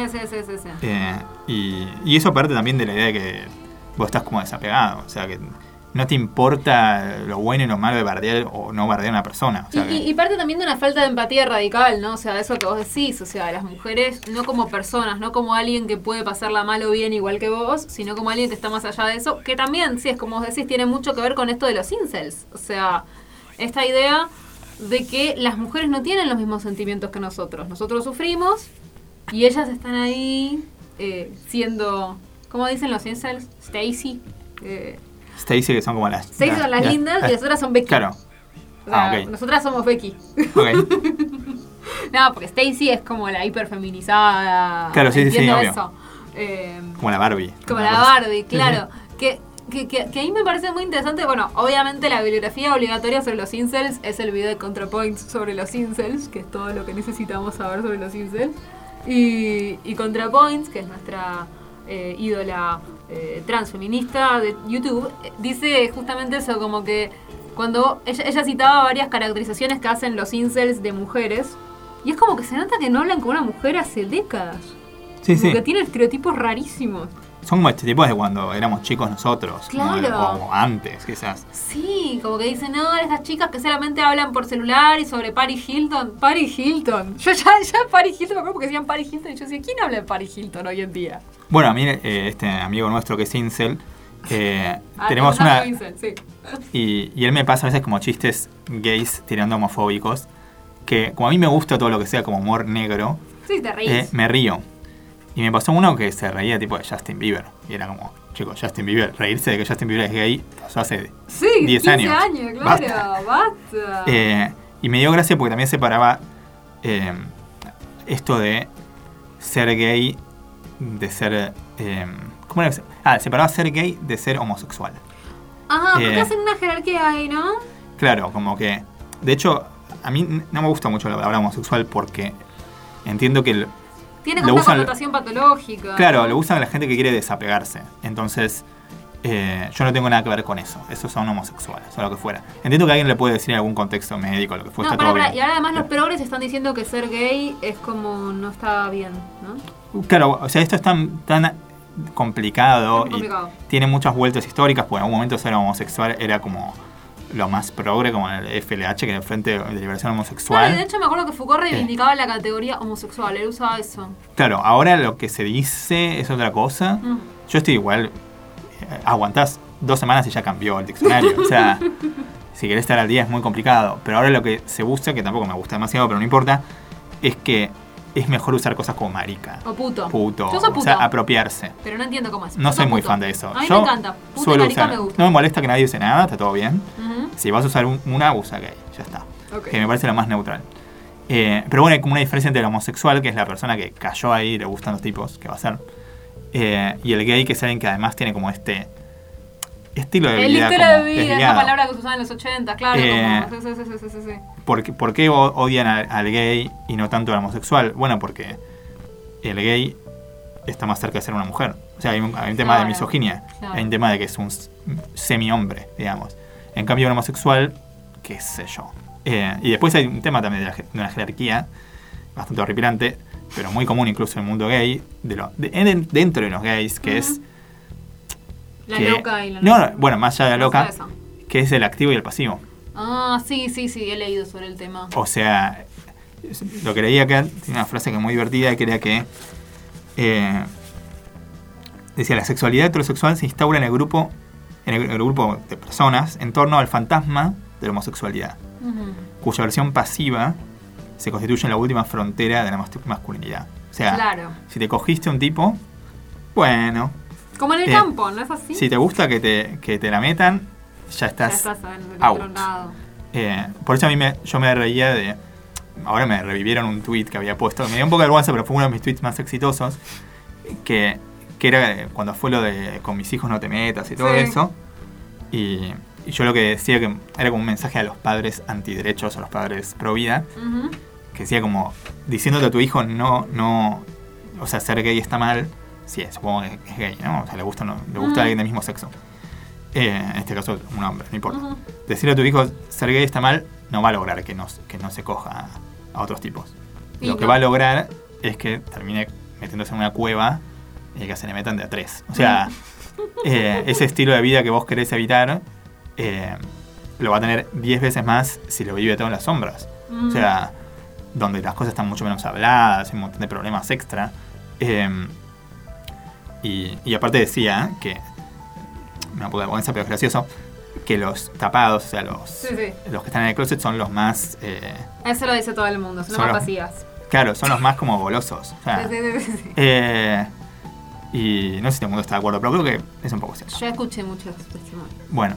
A: Sí.
B: Y eso parte también de la idea de que vos estás como desapegado. O sea, que no te importa lo bueno y lo malo de bardear o no bardear a una persona. O sea,
A: y parte también de una falta de empatía radical, ¿no? O sea, eso que vos decís. O sea, las mujeres no como personas, no como alguien que puede pasarla mal o bien igual que vos, sino como alguien que está más allá de eso. Que también, sí, es como vos decís, tiene mucho que ver con esto de los incels. O sea, esta idea de que las mujeres no tienen los mismos sentimientos que nosotros. Nosotros sufrimos y ellas están ahí siendo, ¿cómo dicen los incels? Stacy.
B: Stacy, que son como las...
A: Stacy son las lindas y las otras son Becky.
B: Claro.
A: O sea,
B: okay.
A: Nosotras somos Becky.
B: Okay.
A: No, porque Stacy es como la hiperfeminizada.
B: Claro, sí, obvio.
A: Eso.
B: Como la Barbie.
A: Como la Barbie, claro. Que ahí me parece muy interesante. Bueno, obviamente la bibliografía obligatoria sobre los incels es el video de ContraPoints sobre los incels, que es todo lo que necesitamos saber sobre los incels. Y ContraPoints, que es nuestra ídola transfeminista de YouTube, dice justamente eso, como que cuando ella citaba varias caracterizaciones que hacen los incels de mujeres, y es como que se nota que no hablan con una mujer hace décadas.
B: Sí,
A: como que tienen estereotipos rarísimos.
B: Son como estereotipos de cuando éramos chicos nosotros.
A: Claro.
B: O antes, quizás.
A: Sí, como que dicen, no, esas chicas que solamente hablan por celular y sobre Paris Hilton. Paris Hilton. Yo ya Paris Hilton me acuerdo porque decían Paris Hilton y yo decía, ¿quién habla de Paris Hilton hoy en día?
B: Bueno, a mí, este amigo nuestro que es incel, tenemos una...
A: Incel, sí.
B: Y él me pasa a veces como chistes gays tirando homofóbicos, que como a mí me gusta todo lo que sea como humor negro,
A: sí, te reís.
B: Me río. Y me pasó uno que se reía tipo de Justin Bieber. Y era como, chicos, Justin Bieber, reírse de que Justin Bieber es gay pasó hace 10 años.
A: 15 años, claro, basta.
B: Y me dio gracia porque también separaba esto de ser gay de ser... ¿cómo era? Separaba ser gay de ser homosexual.
A: Ajá, porque hacen una jerarquía ahí, ¿no?
B: Claro, como que... De hecho, a mí no me gusta mucho la palabra homosexual porque entiendo que...
A: Tiene como una connotación patológica.
B: Claro, lo usan la gente que quiere desapegarse. Entonces, yo no tengo nada que ver con eso. Esos son homosexuales, o lo que fuera. Entiendo que alguien le puede decir en algún contexto médico, lo que fuera, está todo bien.
A: Y ahora además los progres están diciendo que ser gay es como no está bien, ¿no?
B: Claro, o sea, esto es tan complicado y tiene muchas vueltas históricas, porque en algún momento ser homosexual era como lo más progre, como el FLH, que era el Frente de Liberación Homosexual.
A: Claro, de hecho me acuerdo que Foucault reivindicaba la categoría homosexual, él usaba eso.
B: Claro, ahora lo que se dice es otra cosa. Yo estoy igual, aguantás 2 semanas y ya cambió el diccionario. O sea, si querés estar al día es muy complicado. Pero ahora lo que se usa, que tampoco me gusta demasiado, pero no importa, es que es mejor usar cosas como marica.
A: O puto.
B: Puto.
A: Yo soy puto.
B: O sea, apropiarse.
A: Pero no entiendo cómo es.
B: No soy muy fan de eso.
A: A mí me encanta. Puto y marica me gusta.
B: No me molesta que nadie use nada, está todo bien. Si vas a usar una, usa gay. Ya está.
A: Okay.
B: Que me parece lo más neutral. Pero bueno, hay como una diferencia entre el homosexual, que es la persona que cayó ahí y le gustan los tipos, que va a ser. Y el gay, que es alguien que además tiene como este estilo de vida.
A: El estilo de vida,
B: desviado.
A: esa palabra que se usaba en los 80, claro. Sí.
B: ¿Por qué odian al gay y no tanto al homosexual? Bueno, porque el gay está más cerca de ser una mujer. O sea, hay un tema de misoginia. Claro. Hay un tema de que es un semi-hombre, digamos. En cambio, el homosexual, qué sé yo. Y después hay un tema también de una jerarquía bastante horripilante, pero muy común incluso en el mundo gay, dentro de los gays, que es...
A: La loca y la loca.
B: No, bueno, más allá de la loca, que es el activo y el pasivo.
A: Ah, sí, he leído sobre el tema.
B: O sea, lo que leí acá, tiene una frase que es muy divertida, que era que decía, la sexualidad heterosexual se instaura en el grupo de personas en torno al fantasma de la homosexualidad, cuya versión pasiva se constituye en la última frontera de la masculinidad. O sea,
A: claro.
B: Si te cogiste un tipo, bueno...
A: Como en el campo, ¿no es así?
B: Si te gusta que te la metan, ya estás
A: en
B: out.
A: otro lado.
B: Por eso yo me reía de... Ahora me revivieron un tweet que había puesto, me dio un poco de vergüenza, pero fue uno de mis tweets más exitosos, que era cuando fue lo de con mis hijos no te metas y todo eso. Y yo lo que decía que era como un mensaje a los padres antiderechos, a los padres pro vida, que decía como, diciéndote a tu hijo no, o sea, ser gay está mal. Sí, supongo que es gay, ¿no? O sea, le gusta a alguien del mismo sexo. En este caso, un hombre, no importa. Decirle a tu hijo ser gay está mal, no va a lograr que no se coja a otros tipos. Lo que va a lograr es que termine metiéndose en una cueva y que se le metan de a 3. O sea, ese estilo de vida que vos querés evitar, lo va a tener 10 veces más si lo vive todo en las sombras. O sea, donde las cosas están mucho menos habladas, hay un montón de problemas extra. Y aparte decía que, me da un poco de vergüenza, pero es gracioso, que los tapados, o sea, los que están en el closet son los más...
A: Eso lo dice todo el mundo, son los más pasivas.
B: Claro, son los más como golosos. O sea, y no sé si todo el mundo está de acuerdo, pero creo que es un poco cierto.
A: Yo escuché muchos testimonios.
B: Bueno,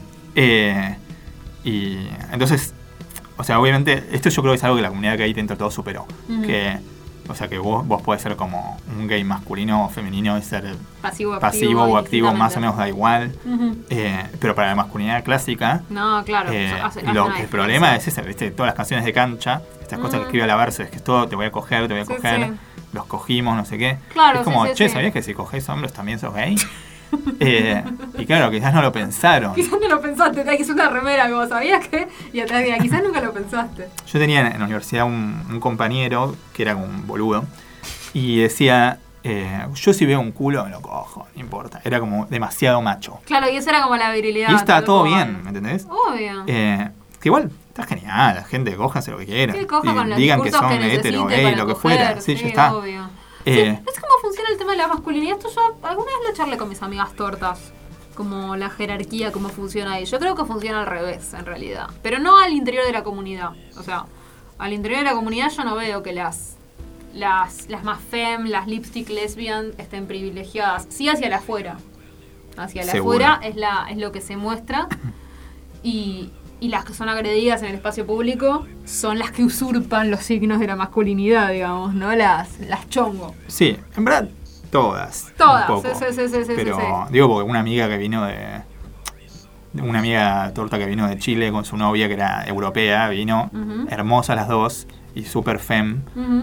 B: y entonces, o sea, obviamente, esto yo creo que es algo que la comunidad gay dentro de todo superó. Que... O sea que vos podés ser como un gay masculino o femenino y ser pasivo o activo, más o menos da igual. Pero para la masculinidad clásica,
A: no, claro,
B: el problema es ese, ¿viste? Todas las canciones de cancha, estas cosas que escribe a la verso, es que es todo te voy a coger, los cogimos, no sé qué. Claro, es como, ¿sabías que si cogés hombres también sos gay? Y claro, quizás no lo pensaron.
A: Quizás no lo pensaste, te hice una remera como sabías que y atrás quizás nunca lo pensaste.
B: Yo tenía en la universidad un compañero que era como un boludo y decía, yo si veo un culo me lo cojo, no importa. Era como demasiado macho.
A: Claro, y eso era como la virilidad.
B: Y está todo bien, ¿me entendés?
A: Obvio.
B: Que igual está genial, la gente cójanse lo que quieran.
A: Sí, coja con los
B: digan que son
A: que
B: hetero, gay, lo que fuera. Sí, ya está.
A: Obvio. ¿Es cómo funciona el tema de la masculinidad? Esto yo alguna vez lo charlé con mis amigas tortas. Como la jerarquía, cómo funciona ahí. Yo creo que funciona al revés, en realidad. Pero no al interior de la comunidad. O sea, al interior de la comunidad yo no veo que las más femme, las lipstick lesbian estén privilegiadas. Sí hacia la afuera. Hacia la afuera es lo que se muestra. Y las que son agredidas en el espacio público son las que usurpan los signos de la masculinidad, digamos, ¿no? Las chongo.
B: Sí, en verdad, todas.
A: Sí.
B: Pero digo porque una amiga que vino una amiga torta que vino de Chile con su novia que era europea, vino, hermosas las dos y super femme.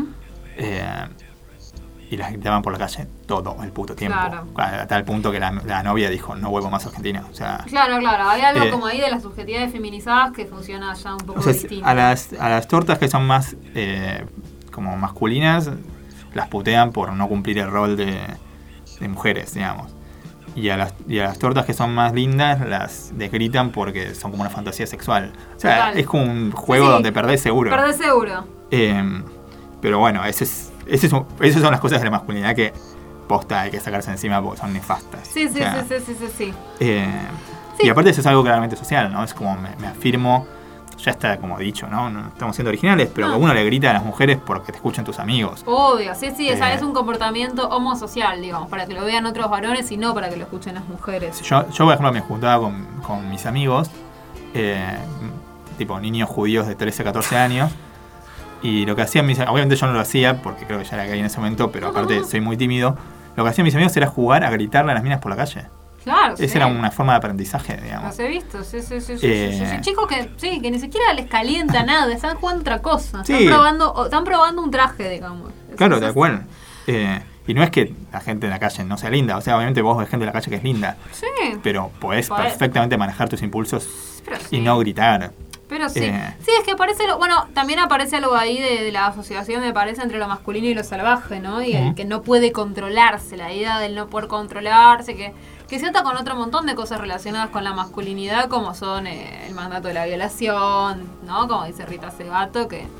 B: Y las gritaban por la calle todo el puto tiempo. Claro. A tal punto que la novia dijo, no vuelvo más a Argentina. O sea,
A: claro. Hay algo como ahí de las subjetividades feminizadas que funciona ya un poco distinto.
B: A las tortas que son más como masculinas, las putean por no cumplir el rol de mujeres, digamos. Y a las tortas que son más lindas, las desgritan porque son como una fantasía sexual. O sea, total. Es como un juego donde perdés seguro. Pero bueno, esas son las cosas de la masculinidad que posta hay que sacarse encima porque son nefastas.
A: Sí.
B: Y aparte eso es algo claramente social, ¿no? Es como me afirmo, ya está como dicho, ¿no? No estamos siendo originales, pero a uno le grita a las mujeres porque te escuchan tus amigos.
A: Obvio, sí, es un comportamiento homosocial, digamos, para que lo vean otros varones y no para que lo escuchen las mujeres.
B: Yo por ejemplo, me juntaba con mis amigos, tipo niños judíos de 13 a 14 años, y lo que hacían obviamente yo no lo hacía porque creo que ya era gay en ese momento, pero aparte soy muy tímido. Lo que hacían mis amigos era jugar a gritarle a las minas por la calle.
A: Claro,
B: esa era una forma de aprendizaje, digamos.
A: Los he visto, sí. Chicos que ni siquiera les calienta nada, están jugando otra cosa. Están probando un traje, digamos.
B: Claro, tal cual. Y no es que la gente de la calle no sea linda, o sea, obviamente vos ves gente de la calle que es linda. Sí. Pero podés perfectamente manejar tus impulsos y no gritar.
A: Pero sí. Sí, es que aparece también aparece algo ahí de la asociación, me parece, entre lo masculino y lo salvaje, ¿no? Y el que no puede controlarse, la idea del no poder controlarse, que se ata con otro montón de cosas relacionadas con la masculinidad, como son el mandato de la violación, ¿no? Como dice Rita Segato, que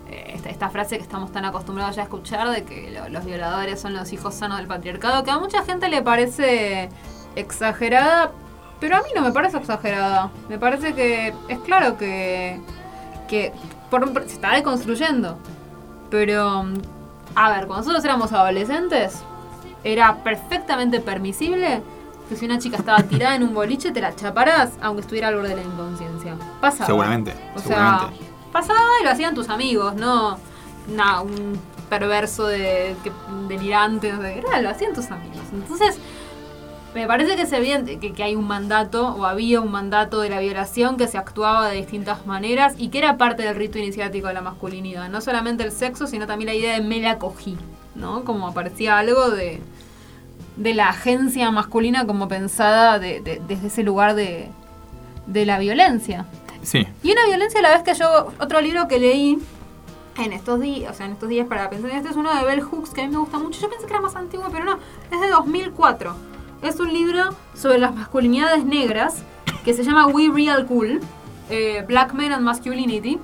A: esta frase que estamos tan acostumbrados ya a escuchar de que los violadores son los hijos sanos del patriarcado, que a mucha gente le parece exagerada, pero a mí no me parece exagerada. Me parece que es claro que se está deconstruyendo. Pero, a ver, cuando nosotros éramos adolescentes, era perfectamente permisible que si una chica estaba tirada en un boliche, te la chaparás, aunque estuviera al borde de la inconsciencia. Pasaba.
B: Seguramente.
A: Sea, pasaba y lo hacían tus amigos, no un perverso delirante, no sé, lo hacían tus amigos. Entonces, me parece que es evidente que hay un mandato, o había un mandato de la violación que se actuaba de distintas maneras y que era parte del rito iniciático de la masculinidad. No solamente el sexo, sino también la idea de me la cogí, ¿no? Como aparecía algo de la agencia masculina como pensada desde ese lugar de la violencia.
B: Sí.
A: Y una violencia a la vez que otro libro que leí en estos días para pensar en es uno de Bell Hooks, que a mí me gusta mucho. Yo pensé que era más antiguo, pero no, es de 2004. Es un libro sobre las masculinidades negras que se llama We Real Cool, Black Men and Masculinity.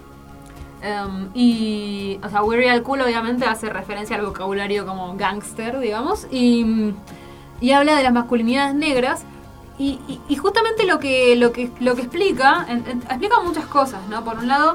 A: We Real Cool obviamente hace referencia al vocabulario como gangster, digamos, y habla de las masculinidades negras y justamente lo que explica muchas cosas, ¿no? Por un lado,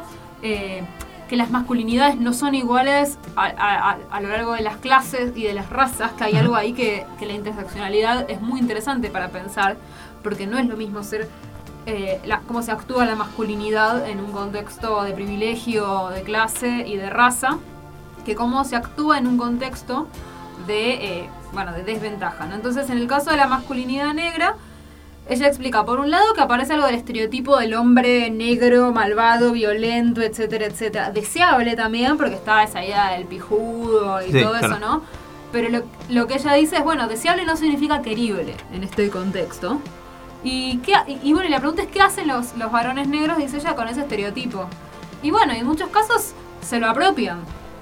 A: que las masculinidades no son iguales a lo largo de las clases y de las razas, que hay algo ahí que la interseccionalidad es muy interesante para pensar, porque no es lo mismo ser cómo se actúa la masculinidad en un contexto de privilegio, de clase y de raza, que cómo se actúa en un contexto de desventaja, ¿no? Entonces, en el caso de la masculinidad negra, ella explica, por un lado, que aparece algo del estereotipo del hombre negro, malvado, violento, etcétera, etcétera. Deseable también, porque está esa idea del pijudo y todo claro. Eso, ¿no? Pero lo que ella dice es, bueno, deseable no significa querible en este contexto. Y la pregunta es, ¿qué hacen los varones negros, dice ella, con ese estereotipo? Y bueno, en muchos casos se lo apropian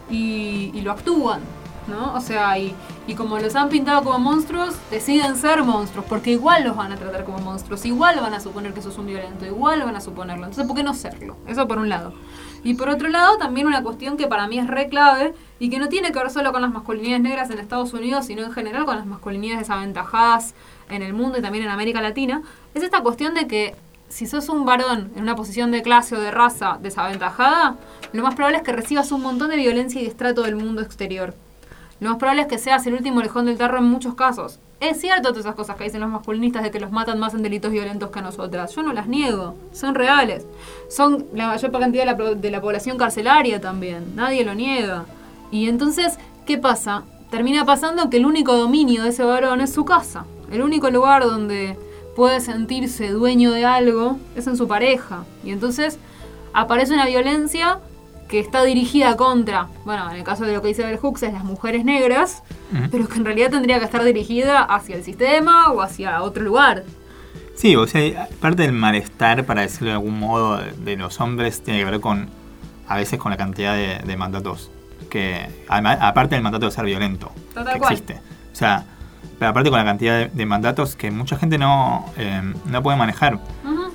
A: y lo actúan, ¿no? O sea, y como los han pintado como monstruos, deciden ser monstruos, porque igual los van a tratar como monstruos, igual van a suponer que sos un violento, igual van a suponerlo. Entonces, ¿por qué no serlo? Eso por un lado. Y por otro lado, también una cuestión que para mí es re clave y que no tiene que ver solo con las masculinidades negras en Estados Unidos, sino en general con las masculinidades desaventajadas en el mundo y también en América Latina, es esta cuestión de que si sos un varón en una posición de clase o de raza desaventajada, lo más probable es que recibas un montón de violencia y destrato del mundo exterior. Lo más probable es que seas el último lejón del tarro en muchos casos. Es cierto todas esas cosas que dicen los masculinistas de que los matan más en delitos violentos que a nosotras. Yo no las niego, son reales. Son la mayor cantidad de la población carcelaria también, nadie lo niega. Y entonces, ¿qué pasa? Termina pasando que el único dominio de ese varón es su casa. El único lugar donde puede sentirse dueño de algo es en su pareja. Y entonces aparece una violencia que está dirigida contra, bueno, en el caso de lo que dice Bell Hooks, es las mujeres negras, pero que en realidad tendría que estar dirigida hacia el sistema o hacia otro lugar.
B: Sí, o sea, parte del malestar, para decirlo de algún modo, de los hombres tiene que ver a veces con la cantidad de mandatos que, aparte del mandato de ser violento, que existe. O sea, pero aparte con la cantidad de mandatos que mucha gente no puede manejar. Uh-huh.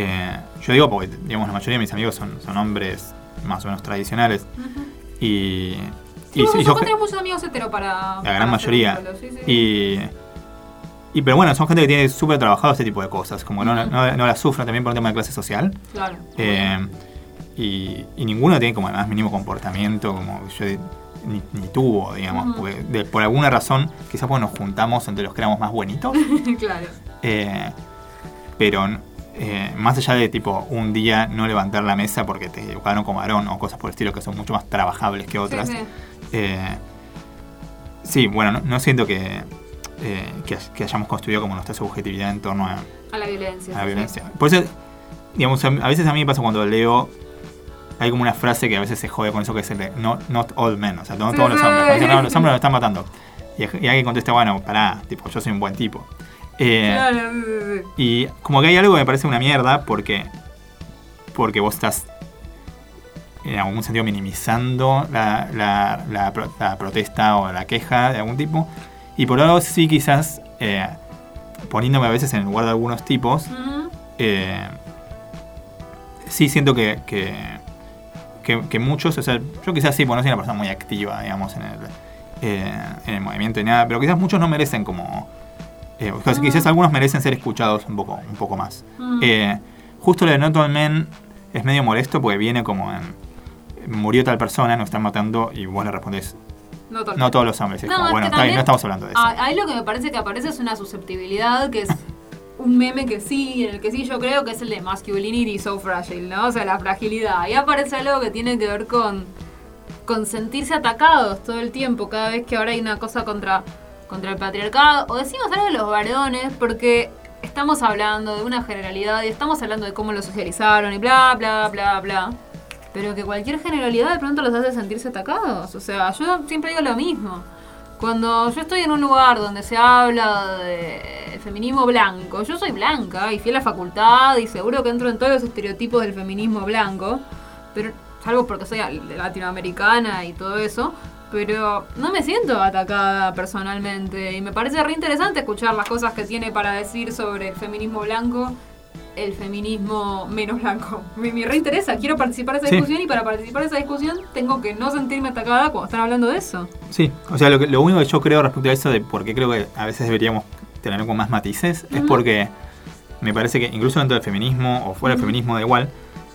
B: Yo digo porque, digamos, la mayoría de mis amigos son hombres más o menos tradicionales. Uh-huh. Y
A: vos tenés muchos amigos hetero para...
B: La gran mayoría. Sí. Pero bueno, son gente que tiene súper trabajado este tipo de cosas, como no la sufren también por un tema de clase social.
A: Claro.
B: Y ninguno tiene como el más mínimo comportamiento como yo ni tuvo, digamos, uh-huh. Porque por alguna razón, quizás porque nos juntamos entre los que éramos más buenitos.
A: Claro.
B: Pero más allá de tipo un día no levantar la mesa porque te educaron como varón o cosas por el estilo que son mucho más trabajables que otras. Sí, bueno, no siento que hayamos construido como nuestra subjetividad en torno
A: a la violencia.
B: A la violencia. Por eso, digamos, a veces a mí me pasa cuando leo, hay como una frase que a veces se jode con eso que es el de not all men, o sea, no todos los hombres. Dicen, no, los hombres nos están matando. Y alguien contesta, bueno, pará, tipo, yo soy un buen tipo. Y como que hay algo que me parece una mierda porque vos estás en algún sentido minimizando la protesta o la queja de algún tipo, y por otro lado sí quizás poniéndome a veces en el lugar de algunos tipos, uh-huh. Sí siento que que muchos, o sea, yo quizás sí, porque no soy una persona muy activa, digamos, en el movimiento y nada, pero quizás muchos no merecen como... quizás algunos merecen ser escuchados un poco más. Justo lo de Not All Men es medio molesto porque viene como en... Murió tal persona, nos están matando y vos le respondés... No todos los hombres. Es como, bueno, está bien, no estamos hablando de eso.
A: Ahí lo que me parece que aparece es una susceptibilidad que es un meme que sí, en el que sí yo creo que es el de masculinity so fragile, ¿no? O sea, la fragilidad. Ahí aparece algo que tiene que ver con sentirse atacados todo el tiempo, cada vez que ahora hay una cosa contra el patriarcado. O decimos algo de los varones porque estamos hablando de una generalidad y estamos hablando de cómo lo socializaron y bla, bla, bla, bla. Pero que cualquier generalidad de pronto los hace sentirse atacados. O sea, yo siempre digo lo mismo. Cuando yo estoy en un lugar donde se habla de feminismo blanco, yo soy blanca y fui a la facultad y seguro que entro en todos los estereotipos del feminismo blanco, pero salvo porque soy latinoamericana y todo eso, pero no me siento atacada personalmente y me parece re interesante escuchar las cosas que tiene para decir sobre el feminismo blanco, el feminismo menos blanco. Me reinteresa, quiero participar de esa discusión y para participar de esa discusión tengo que no sentirme atacada cuando están hablando de eso.
B: Sí, o sea, lo único que yo creo respecto a eso de por qué creo que a veces deberíamos tener con más matices es porque me parece que incluso dentro del feminismo o fuera del feminismo da igual,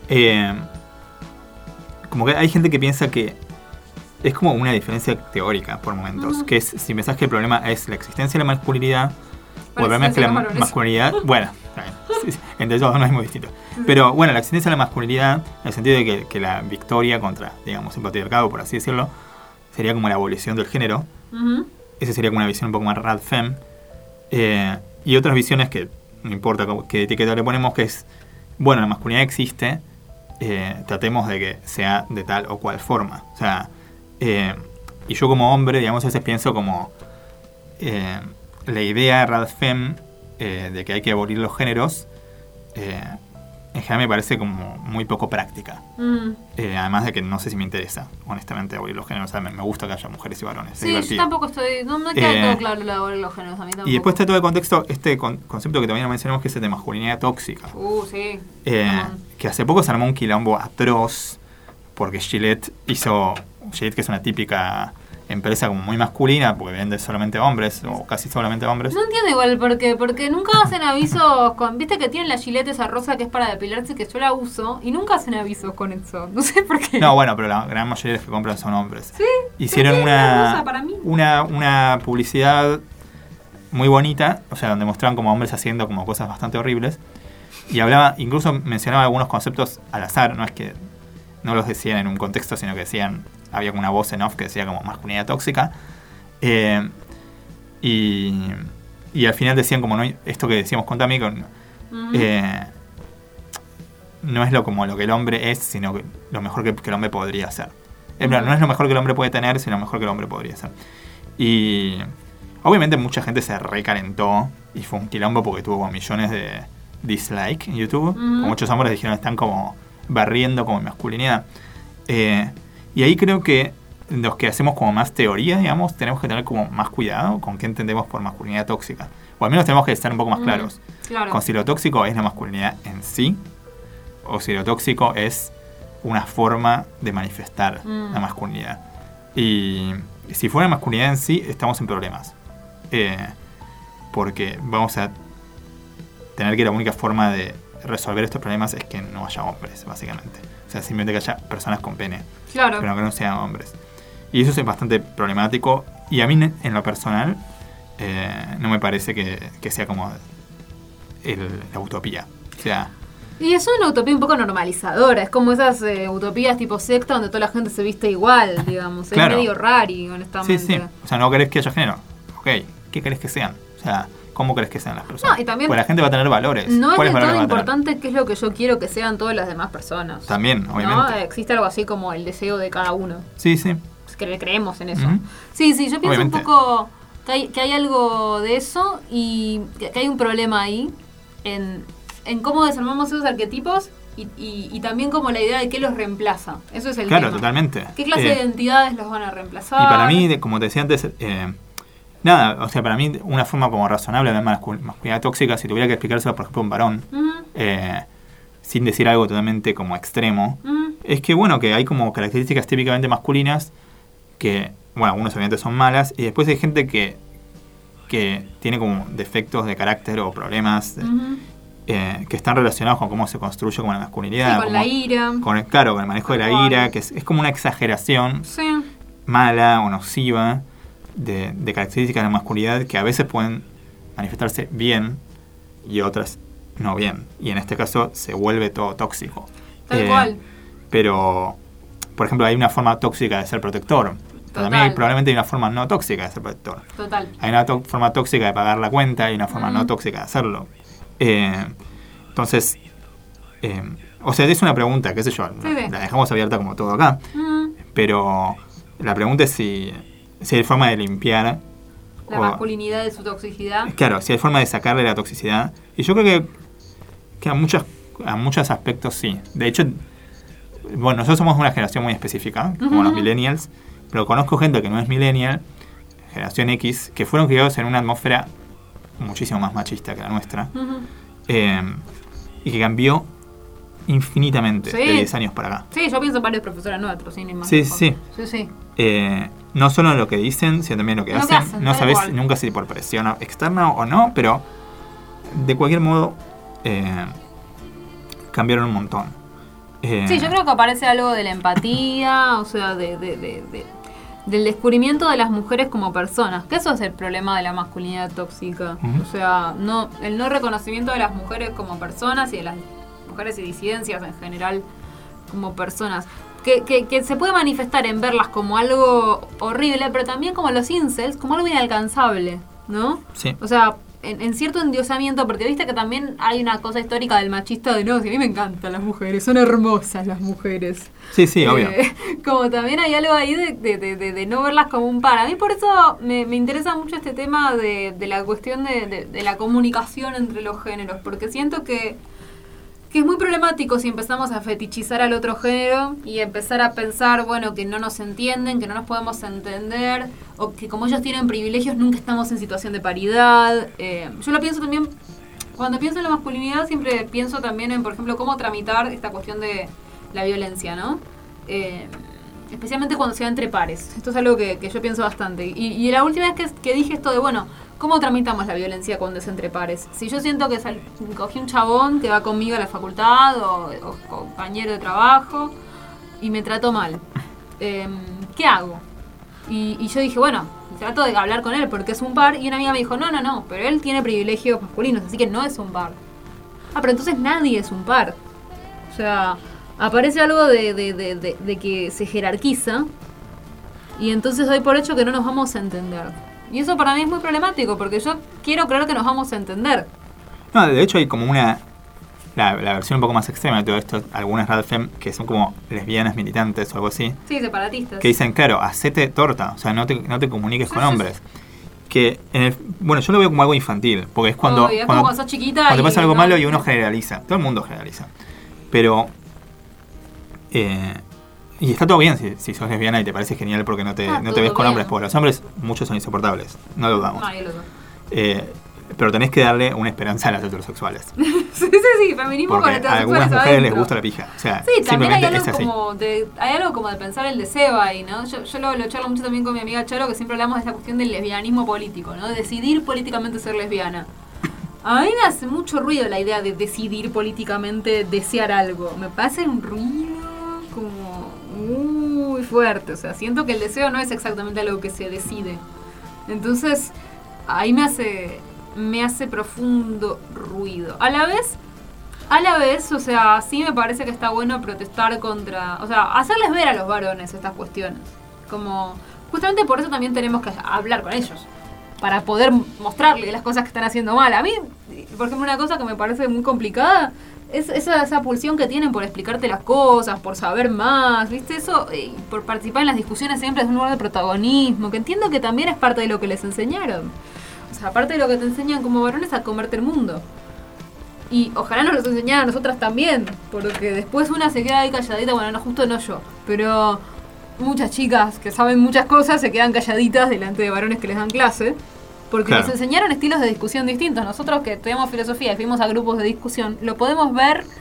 B: como que hay gente que piensa que es como una diferencia teórica por momentos, que es si pensás que el problema es la existencia de la masculinidad o el problema es que la masculinidad, bueno, entre esos no es muy distinto. Pero bueno, la existencia de la masculinidad, en el sentido de que la victoria contra, digamos, el patriarcado, por así decirlo, sería como la abolición del género. Esa sería como una visión un poco más rad fem. Y otras visiones que no importa qué etiqueta le ponemos, que es, bueno, la masculinidad existe, tratemos de que sea de tal o cual forma. O sea, y yo como hombre, digamos, a veces pienso como la idea rad fem de que hay que abolir los géneros, en general me parece como muy poco práctica. Además de que no sé si me interesa, honestamente, abolir los géneros. O sea, me gusta que haya mujeres y varones.
A: Sí, yo tampoco no queda todo claro lo de abolir los géneros. A mí tampoco.
B: Y después está todo el contexto, este concepto que también mencionamos, que es el de masculinidad tóxica.
A: Sí.
B: Que hace poco se armó un quilombo atroz porque Gillette, que es una típica empresa como muy masculina, porque vende solamente hombres, o casi solamente hombres.
A: No entiendo igual por qué, porque nunca hacen avisos viste que tienen la Gillette esa rosa que es para depilarse, que yo la uso, y nunca hacen avisos con eso, no sé por qué.
B: No, bueno, pero la gran mayoría de los que compran son hombres.
A: Sí.
B: Hicieron una publicidad muy bonita, o sea, donde mostraban como hombres haciendo como cosas bastante horribles, y incluso mencionaba algunos conceptos al azar, no es que no los decían en un contexto, sino que decían, había como una voz en off que decía como masculinidad tóxica, y al final decían como, no, esto que decíamos con Tami, no es como lo que el hombre es, sino que lo mejor que el hombre podría ser. No es lo mejor que el hombre puede tener, sino lo mejor que el hombre podría ser. Y obviamente mucha gente se recalentó y fue un quilombo porque tuvo como millones de dislike en YouTube. Como muchos hombres dijeron, están como barriendo como masculinidad. Y ahí creo que los que hacemos como más teoría, digamos, tenemos que tener como más cuidado con qué entendemos por masculinidad tóxica. O al menos tenemos que estar un poco más claros.
A: Claro.
B: Con si lo tóxico es la masculinidad en sí, o si lo tóxico es una forma de manifestar la masculinidad. Y si fuera masculinidad en sí, estamos en problemas. Porque vamos a tener que la única forma de resolver estos problemas es que no haya hombres, básicamente. O sea, simplemente que haya personas con pene.
A: Claro.
B: Pero que no sean hombres. Y eso es bastante problemático. Y a mí, en lo personal, no me parece que sea como la utopía. O sea...
A: Y es una utopía un poco normalizadora. Es como esas utopías tipo secta donde toda la gente se viste igual, digamos.
B: Claro.
A: Es medio rari, honestamente.
B: Sí. O sea, no querés que haya género. Ok, ¿qué querés que sean? O sea, ¿cómo querés que sean las personas?
A: No, y también,
B: pues la gente va a tener valores.
A: No es
B: ¿Cuáles
A: del
B: valores
A: todo
B: va a tener?
A: importante qué es lo que yo quiero que sean todas las demás personas.
B: También, obviamente.
A: ¿No? Existe algo así como el deseo de cada uno.
B: Sí.
A: Que creemos en eso. Sí, yo pienso obviamente. Un poco que hay algo de eso y que hay un problema ahí en cómo desarmamos esos arquetipos y también como la idea de qué los reemplaza. Eso es el tema.
B: Claro, totalmente.
A: ¿Qué clase de identidades los van a reemplazar?
B: Y para mí, como te decía antes, nada, o sea, para mí una forma como razonable de masculinidad tóxica, si tuviera que explicárselo, por ejemplo, a un varón, sin decir algo totalmente como extremo, es que, bueno, que hay como características típicamente masculinas que, bueno, algunos obviamente son malas, y después hay gente que tiene como defectos de carácter o problemas que están relacionados con cómo se construye como la masculinidad.
A: Sí, con la ira.
B: Con el manejo de la ira, que es como una exageración mala o nociva de características de la masculinidad que a veces pueden manifestarse bien y otras no bien. Y en este caso se vuelve todo tóxico.
A: Tal cual.
B: Pero, por ejemplo, hay una forma tóxica de ser protector. Pero también probablemente hay una forma no tóxica de ser protector.
A: Total.
B: Hay una forma tóxica de pagar la cuenta y una forma no tóxica de hacerlo. Entonces, o sea, es una pregunta, qué sé yo, la dejamos abierta como todo acá. Pero la pregunta es si hay forma de limpiar
A: la masculinidad de su toxicidad.
B: Claro, si hay forma de sacarle la toxicidad. Y yo creo que a muchos aspectos sí. De hecho, bueno, nosotros somos una generación muy específica, como los millennials, pero conozco gente que no es millennial, generación X, que fueron criados en una atmósfera muchísimo más machista que la nuestra, y que cambió infinitamente de 10 años para acá.
A: Sí, yo pienso en varios profesores nuestros, sin más.
B: Sí. No solo en lo que dicen, sino también lo que hacen. No sabes nunca si por presión externa o no, pero de cualquier modo cambiaron un montón.
A: Sí, yo creo que aparece algo de la empatía, o sea, del descubrimiento de las mujeres como personas, que eso es el problema de la masculinidad tóxica. O sea, el no reconocimiento de las mujeres como personas y de las mujeres y disidencias en general como personas. Que se puede manifestar en verlas como algo horrible, pero también como los incels, como algo inalcanzable, ¿no?
B: Sí.
A: O sea, en cierto endiosamiento, porque viste que también hay una cosa histórica del machista de no, si a mí me encantan las mujeres, son hermosas las mujeres.
B: Sí, obvio.
A: Como también hay algo ahí de no verlas como un par. A mí por eso me interesa mucho este tema de la cuestión de la comunicación entre los géneros, porque siento que es muy problemático si empezamos a fetichizar al otro género y empezar a pensar, bueno, que no nos entienden, que no nos podemos entender, o que como ellos tienen privilegios nunca estamos en situación de paridad. Yo lo pienso también, cuando pienso en la masculinidad siempre pienso también en, por ejemplo, cómo tramitar esta cuestión de la violencia, ¿no? Especialmente cuando se da entre pares. Esto es algo que yo pienso bastante. Y la última vez que dije esto de, bueno, ¿cómo tramitamos la violencia cuando es entre pares? Si yo siento que cogí un chabón que va conmigo a la facultad o compañero de trabajo y me trató mal, ¿qué hago? Y yo dije, bueno, trato de hablar con él porque es un par, y una amiga me dijo, no, pero él tiene privilegios masculinos, así que no es un par. Pero entonces nadie es un par. O sea, aparece algo de que se jerarquiza y entonces doy por hecho que no nos vamos a entender. Y eso para mí es muy problemático, porque yo quiero creer que nos vamos a entender.
B: No, de hecho hay como la versión un poco más extrema de todo esto, algunas radfem que son como lesbianas militantes o algo así.
A: Sí, separatistas.
B: Que dicen, claro, hacete torta, o sea, no te comuniques con hombres. Que bueno, yo lo veo como algo infantil, porque es cuando
A: sos chiquita
B: cuando pasa algo malo y uno generaliza, todo el mundo generaliza. Pero y está todo bien si sos lesbiana y te parece genial porque no te ves con hombres, porque los hombres muchos son insoportables, no lo dudamos. Pero tenés que darle una esperanza a las heterosexuales.
A: sí, feminismo con heterosexuales.
B: A algunas mujeres les gusta la pija. O sea,
A: sí, también hay algo,
B: es así.
A: Hay algo como de pensar el deseo ahí, ¿no? Yo lo charlo mucho también con mi amiga Charo, que siempre hablamos de esta cuestión del lesbianismo político, ¿no? De decidir políticamente ser lesbiana. A mí me hace mucho ruido la idea de decidir políticamente desear algo. Me pasa un ruido como muy fuerte. O sea, siento que el deseo no es exactamente algo que se decide. Entonces, ahí me hace profundo ruido. A la vez, o sea, sí me parece que está bueno protestar contra, o sea, hacerles ver a los varones estas cuestiones. Como, justamente por eso también tenemos que hablar con ellos, para poder mostrarles las cosas que están haciendo mal. A mí, por ejemplo, una cosa que me parece muy complicada es esa pulsión que tienen por explicarte las cosas, por saber más, ¿viste? Eso, por participar en las discusiones siempre es un lugar de protagonismo, que entiendo que también es parte de lo que les enseñaron. O sea, aparte de lo que te enseñan como varones a comerte el mundo. Y ojalá nos los enseñaran a nosotras también, porque después una se queda ahí calladita, bueno, no, justo no yo, pero muchas chicas que saben muchas cosas se quedan calladitas delante de varones que les dan clase, porque claro, les enseñaron estilos de discusión distintos. Nosotros que estudiamos filosofía y fuimos a grupos de discusión, lo podemos ver. O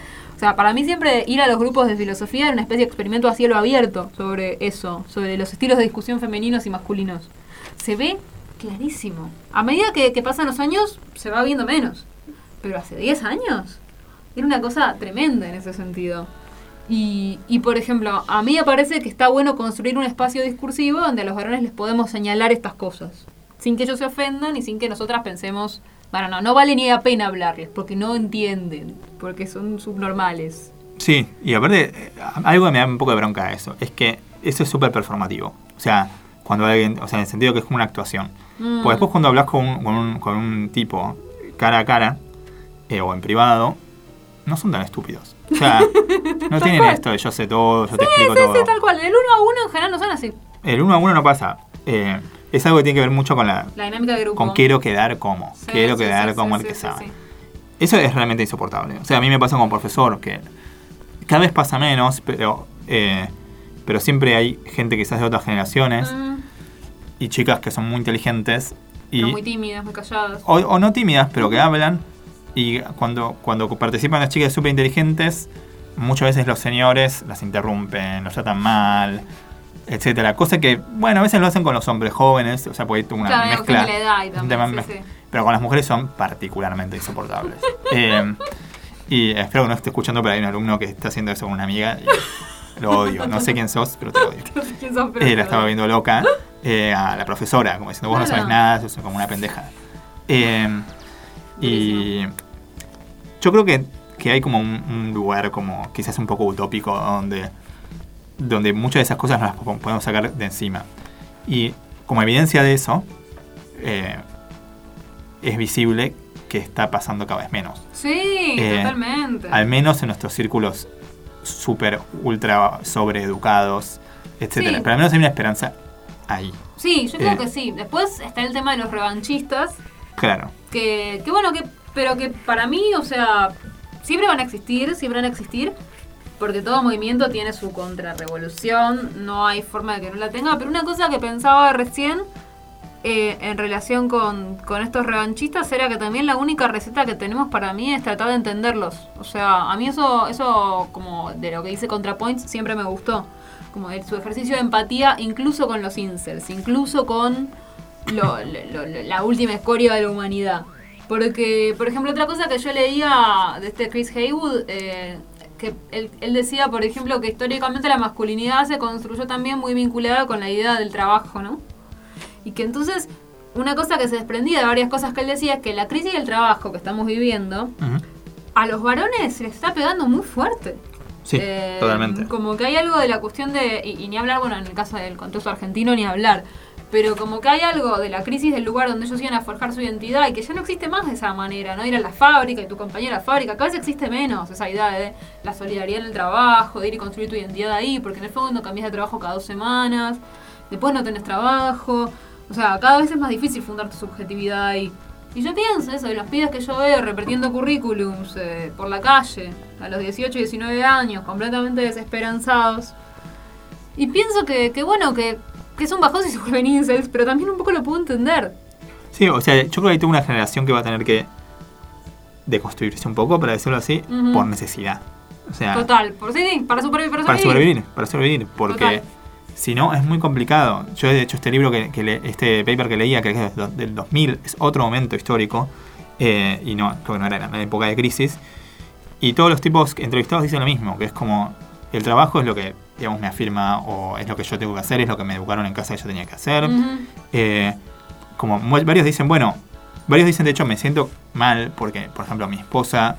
A: sea, para mí siempre ir a los grupos de filosofía era una especie de experimento a cielo abierto sobre eso, sobre los estilos de discusión femeninos y masculinos. Se ve clarísimo. A medida que pasan los años, se va viendo menos. Pero hace 10 años era una cosa tremenda en ese sentido. Y por ejemplo, a mí me parece que está bueno construir un espacio discursivo donde a los varones les podemos señalar estas cosas, sin que ellos se ofendan y sin que nosotras pensemos, bueno, no vale ni la pena hablarles, porque no entienden, porque son subnormales.
B: Sí, y aparte, algo que me da un poco de bronca a eso, es que eso es súper performativo. O sea, cuando alguien, o sea, en el sentido que es como una actuación. Porque después cuando hablas con un tipo cara a cara, o en privado, no son tan estúpidos. O sea, no tienen
A: cual.
B: Esto de yo sé todo, yo te explico todo.
A: Sí, tal cual. El 1 a 1 en general no son así.
B: El 1 a 1 no pasa. Es algo que tiene que ver mucho con la
A: dinámica de grupo.
B: Con quiero quedar como.
A: Sí,
B: quiero quedar como el que sabe. Sí. Eso es realmente insoportable. O sea, a mí me pasa como profesor que cada vez pasa menos, pero siempre hay gente quizás de otras generaciones y chicas que son muy inteligentes.
A: Pero muy tímidas, muy calladas.
B: O no tímidas, pero que hablan. Y cuando participan las chicas súper inteligentes, muchas veces los señores las interrumpen, los tratan mal, etcétera. Cosa que, bueno, a veces lo hacen con los hombres jóvenes, o sea, puede ir una mezcla.
A: De la edad y también, sí.
B: Pero con las mujeres son particularmente insoportables. Y espero que no esté escuchando, pero hay un alumno que está haciendo eso con una amiga y lo odio. No sé quién sos, pero te odio.
A: No sé quién sos, pero
B: la estaba viendo loca a la profesora, como diciendo, vos no sabés nada, sos como una pendeja. Y yo creo que hay como un lugar como quizás un poco utópico donde muchas de esas cosas nos las podemos sacar de encima. Y como evidencia de eso, es visible que está pasando cada vez menos.
A: Sí, totalmente.
B: Al menos en nuestros círculos súper, ultra sobreeducados, etcétera.
A: Sí.
B: Pero al menos hay una esperanza ahí.
A: Sí, yo creo que sí. Después está el tema de los revanchistas.
B: Claro.
A: Que bueno, pero que para mí, o sea, siempre van a existir, porque todo movimiento tiene su contrarrevolución, no hay forma de que no la tenga. Pero una cosa que pensaba recién en relación con estos revanchistas era que también la única receta que tenemos para mí es tratar de entenderlos. O sea, a mí eso como de lo que dice ContraPoints siempre me gustó. Como su ejercicio de empatía incluso con los incels, incluso con la última escoria de la humanidad. Porque, por ejemplo, otra cosa que yo leía de Chris Haywood, que él decía, por ejemplo, que históricamente la masculinidad se construyó también muy vinculada con la idea del trabajo, ¿no? Y que entonces, una cosa que se desprendía de varias cosas que él decía es que la crisis del trabajo que estamos viviendo, a los varones se les está pegando muy fuerte.
B: Sí, totalmente.
A: Como que hay algo de la cuestión de, y ni hablar, bueno, en el caso del contexto argentino ni hablar, pero como que hay algo de la crisis del lugar donde ellos iban a forjar su identidad y que ya no existe más de esa manera, ¿no? Ir a la fábrica y tu compañero a la fábrica, cada vez existe menos esa idea de la solidaridad en el trabajo, de ir y construir tu identidad ahí, porque en el fondo cambias de trabajo cada 2 semanas, después no tenés trabajo, o sea, cada vez es más difícil fundar tu subjetividad ahí. Y yo pienso eso, de los pibes que yo veo repartiendo currículums por la calle, a los 18 y 19 años, completamente desesperanzados. Y pienso que bueno, que es un bajón si se vuelven incels, pero también un poco lo puedo entender.
B: Sí, o sea, yo creo que hay toda una generación que va a tener que deconstruirse un poco, para decirlo así, por necesidad. O sea,
A: total, para sobrevivir.
B: Para sobrevivir, porque si no es muy complicado. Yo de hecho este libro este paper que leía, que es del 2000, es otro momento histórico, y no, creo que no era en la época de crisis, y todos los tipos entrevistados dicen lo mismo, que es como el trabajo es lo que, digamos, me afirma, o es lo que yo tengo que hacer, es lo que me educaron en casa que yo tenía que hacer. Como varios dicen, de hecho me siento mal porque, por ejemplo, mi esposa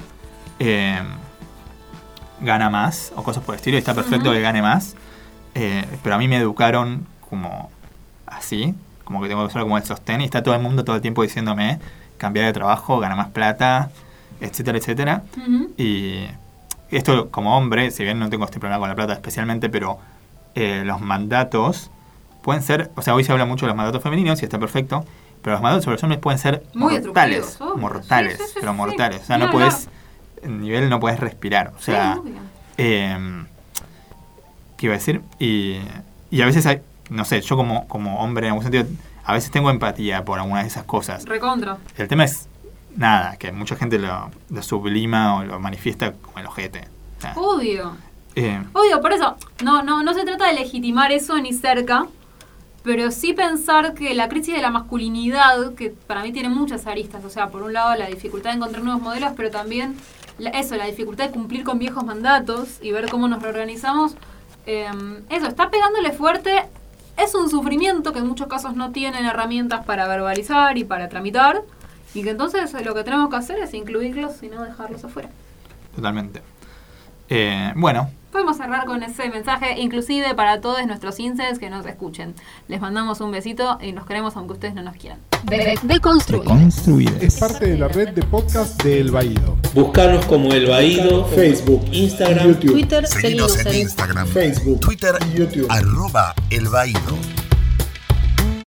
B: gana más, o cosas por el estilo, y está perfecto que gane más, pero a mí me educaron como así, como que tengo que ser como el sostén, y está todo el mundo todo el tiempo diciéndome cambiar de trabajo, gana más plata, etcétera, etcétera. Y esto como hombre, si bien no tengo este problema con la plata especialmente, pero los mandatos pueden ser, o sea, hoy se habla mucho de los mandatos femeninos y está perfecto, pero los mandatos sobre los hombres pueden ser
A: muy
B: mortales,
A: sí,
B: pero mortales. O sea, no puedes, en nivel no puedes respirar. O sea, ¿qué iba a decir? Y a veces hay, no sé, yo como hombre en algún sentido, a veces tengo empatía por algunas de esas cosas.
A: Recontra.
B: El tema es nada, que mucha gente lo sublima o lo manifiesta como el ojete.
A: Obvio. Obvio, por eso, no se trata de legitimar eso ni cerca, pero sí pensar que la crisis de la masculinidad, que para mí tiene muchas aristas, o sea, por un lado la dificultad de encontrar nuevos modelos, pero también la dificultad de cumplir con viejos mandatos y ver cómo nos reorganizamos, eso, está pegándole fuerte, es un sufrimiento que en muchos casos no tienen herramientas para verbalizar y para tramitar, y que entonces lo que tenemos que hacer es incluirlos y no dejarlos afuera.
B: Totalmente. Bueno.
A: Podemos cerrar con ese mensaje, inclusive para todos nuestros incels que nos escuchen. Les mandamos un besito y nos queremos aunque ustedes no nos quieran.
D: Deconstruides. Es parte de la red de podcast de El Baído.
E: Buscarnos como El Baído, Facebook, Instagram,
D: YouTube.
F: Twitter.
G: Seguinos en Instagram, Facebook, Twitter y YouTube. @El Baído.